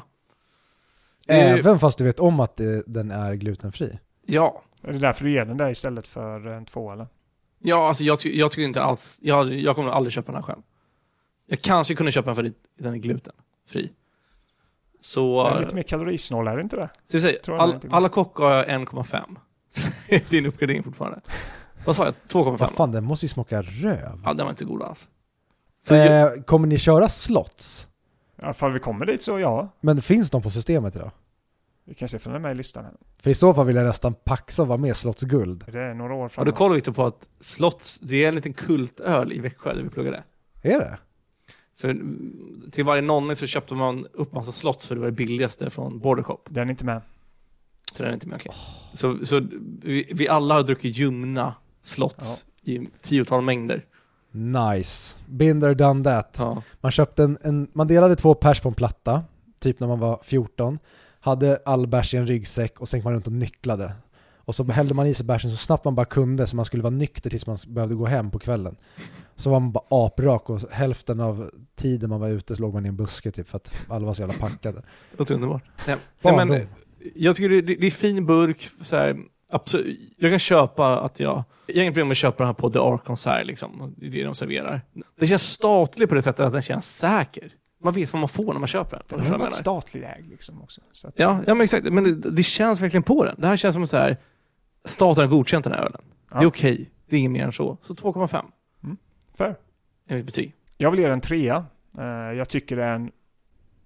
Även fast du vet om att den är glutenfri? Ja. Är det därför du ger den där istället för en 2 eller? Ja, alltså jag tycker inte alls... Jag kommer aldrig köpa den här själv. Jag kanske kunde köpa den för att den är glutenfri. Så... Det är lite mer kalorisnål, är det inte det? Så vi säger, alla kockar har 1,5. Det är en uppgradering fortfarande. Vad sa jag? 2,5. Vad fan, den måste ju smaka röv. Ja, den var inte god alls. Kommer ni köra slots? Ja, ifall vi kommer dit så ja. Men finns de på systemet idag? Vi kan se från den med i listan här. För i så fall vill jag nästan paxa och vara med Slots guld. Det är några år framåt. Har du kollat lite på att Slots, det är en liten kultöl i Växjö där vi pluggade? Är det? För till varje nonne så köpte man upp massa slots för det var det billigaste från Border Shop. Den är inte med. Så den är inte med, okej. Så vi alla har druckit ljumna slots i 10-tal mängder. Nice. Binder done that. Ja. Man köpte man delade 2 pers på en platta, typ när man var 14. Hade all bärs i en ryggsäck och sen gick man runt och nycklade. Och så hällde man i sig bärsen så snabbt man bara kunde, så man skulle vara nykter tills man behövde gå hem på kvällen. Så var man bara aprak och hälften av tiden man var ute så låg man i en buske typ för att alla var så jävla packade. Det låter underbart. Nej, men jag tycker det är fin burk så här, absolut. Jag kan köpa att jag har inget problem med att köpa den här på The Ark Concert liksom, det är det de serverar. Det känns statligt på det sättet att den känns säker. Man vet vad man får när man köper den. Det har varit statlig äg liksom också. Så att... ja, men exakt. Men det känns verkligen på den. Det här känns som så här, staten har godkänt den här ölen. Ja. Det är okej. Det är inget mer än så. Så 2,5. Fair. Är mitt betyg. Jag vill ge den 3. Jag tycker det är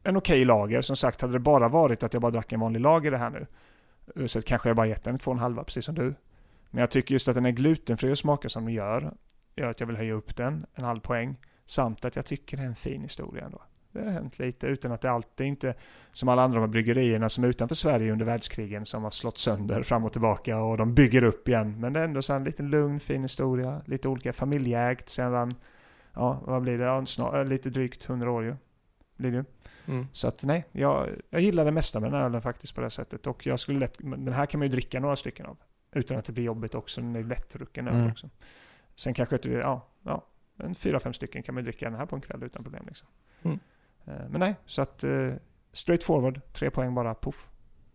en okej lager. Som sagt, hade det bara varit att jag bara drack en vanlig lager det här nu, så kanske jag bara gett den 2,5 precis som du. Men jag tycker just att den är glutenfri och smakar som den gör att jag vill höja upp den 1,5 poäng. Samt att jag tycker det är en fin historia ändå. Det har hänt lite utan att det alltid inte som alla andra bryggerierna som är utanför Sverige under världskrigen som har slått sönder fram och tillbaka och de bygger upp igen. Men det är ändå så en liten lugn, fin historia. Lite olika familjeägt sedan, vad blir det? Lite drygt 100 år ju. Blir det. Så att nej, jag gillar det mesta med den här ölen faktiskt på det sättet. Och jag skulle den här kan man ju dricka några stycken av. Utan att det blir jobbigt också. Den är lättdrucken öl också. Sen kanske en 4-5 stycken kan man dricka den här på en kväll utan problem liksom. Men nej, så att straight forward, 3 poäng bara, puff.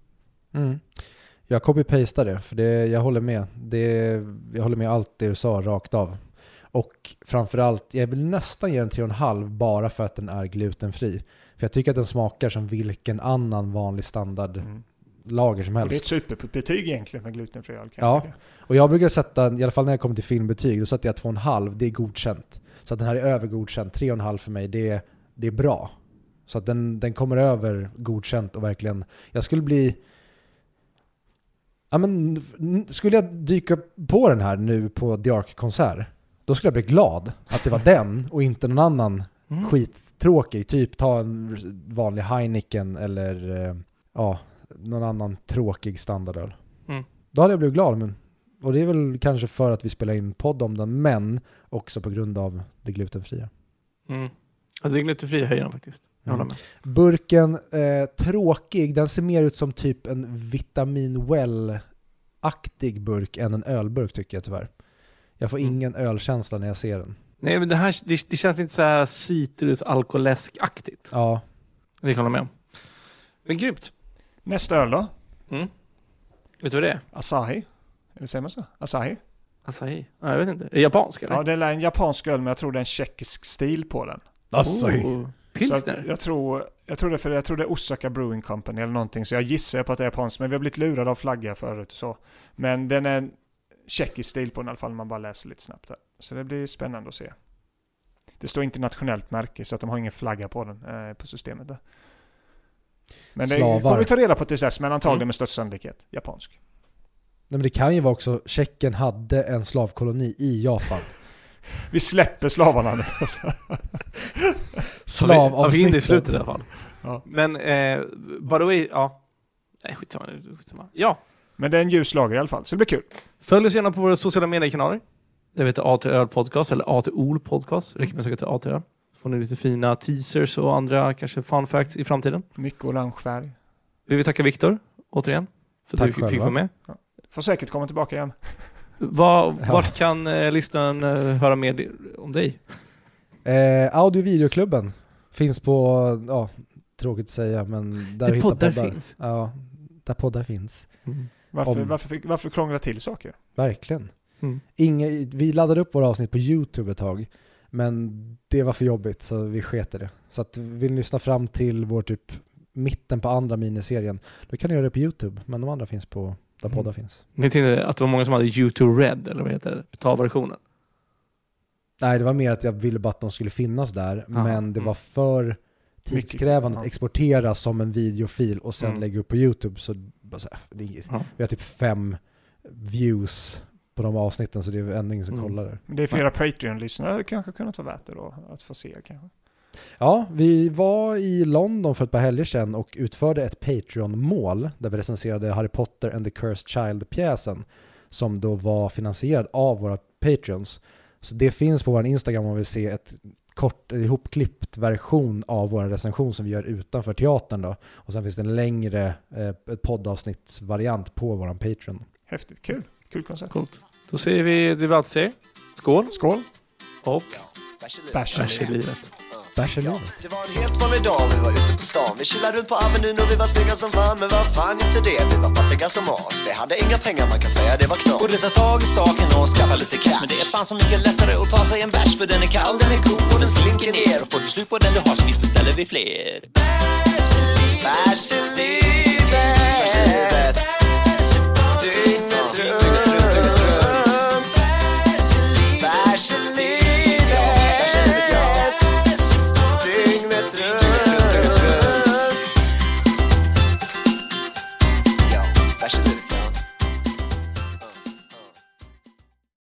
Jag copy-pastar det, för jag håller med. Jag håller med allt det du sa rakt av. Och framförallt, jag vill nästan ge den 3,5 bara för att den är glutenfri. För jag tycker att den smakar som vilken annan vanlig standard lager som helst. Och det är ett superbetyg egentligen med glutenfri öl. Och jag brukar sätta, i alla fall när jag kommer till filmbetyg, då sätter jag 2,5, det är godkänt. Så att den här är över godkänt, 3,5 för mig, det är bra. Så att den kommer över godkänt och verkligen, jag skulle bli... Ja, men skulle jag dyka på den här nu på The Ark-konsert, då skulle jag bli glad att det var den och inte någon annan skittråkig. Typ ta en vanlig Heineken eller någon annan tråkig standardöl. Då hade jag blivit glad. Och det är väl kanske för att vi spelar in podd om den, men också på grund av det glutenfria. Ja, det glutenfria höjer den faktiskt. Jag håller med. Burken, tråkig. Den ser mer ut som typ en Vitamin Well-aktig burk än en ölburk tycker jag tyvärr. Jag får ingen ölkänsla när jag ser den. Nej, men det känns inte så här citrus-alkoläsk-aktigt. Ja. Det kan jag hålla med om. Men grymt. Nästa öl då? Vet du vad det är? Asahi. Eller säger man så? Asahi? Asahi? Ja, jag vet inte. Är det japansk eller? Ja, det är en japansk öl, men jag tror det är en tjeckisk stil på den. Asahi. Pilsner? Jag tror det är Osaka Brewing Company eller någonting, så jag gissar på att det är japanskt, men vi har blivit lurade av flagga förut och så. Men den är en tjeckisk stil på den i alla fall, man bara läser lite snabbt där. Så det blir spännande att se. Det står internationellt märke, så att de har ingen flagga på den på systemet där. Men det kommer vi ta reda på till dess, men antagligen med största sannolikhet japansk. Nej, men det kan ju vara också, Tjeckien hade en slavkoloni i Japan. Vi släpper slavarna nu. Slavavsnittet. I slutet i alla fall. Ja. Men by the way, nej, skitsamma. Ja. Men det är en ljus lager i alla fall, så det blir kul. Följ oss gärna på våra sociala mediekanaler. Det heter ATÖl podcast eller ATOL podcast. Räcker med att söka till ATÖl. Får ni lite fina teasers och andra kanske fun facts i framtiden. Mycket orangefärg. Vi vill tacka Viktor återigen för att du fick vara med. Ja. Får säkert komma tillbaka igen. Vart kan lyssnaren höra mer om dig? Audio- och videoklubben finns på, tråkigt att säga, men där hittar poddar finns. Ja, där poddar finns. Varför krångla till saker? Verkligen. Vi laddade upp våra avsnitt på YouTube ett tag, men det var för jobbigt så vi sket i det. Så att vill ni lyssna fram till vår typ mitten på andra miniserien, då kan ni göra det på YouTube, men de andra finns på där poddar finns. Ni tänkte att det var många som hade YouTube Red, eller vad heter det? Betalversionen? Nej, det var mer att jag ville bara att de skulle finnas där, men det var för tidskrävande att exportera som en videofil och sen lägga upp på YouTube. Så bara så här, vi har typ 5 views på de avsnitten, så det är ändå ingen som kollar det. Men det är flera Patreon-lyssnare kanske kunnat vara värt det då, att få se kanske. Ja, vi var i London för ett par helger sedan och utförde ett Patreon-mål där vi recenserade Harry Potter and the Cursed Child-pjäsen som då var finansierad av våra Patreons. Så det finns på vår Instagram om vi vill se ett kort ihopklippt version av vår recension som vi gör utanför teatern då. Och sen finns det en längre poddavsnittsvariant på vår Patreon. Häftigt, kul koncept. Coolt. Då säger vi det vi alltid säger. Skål. Skål. Och bärs i livet. Bärs i livet. Det var en helt vanlig dag, vi var ute på stan. Vi chillade runt på Avenyn och vi var snygga som fan. Men vad fan inte det, vi var fattiga som as. Vi hade inga pengar, man kan säga det var knas. Borde ta tag i saken och skaffa lite cash. Men det är fan så mycket lättare att ta sig en bärs. För den är kall, den är god och den slinker ner. Och får du slut på den du har så visst beställer vi fler. Bärs i livet.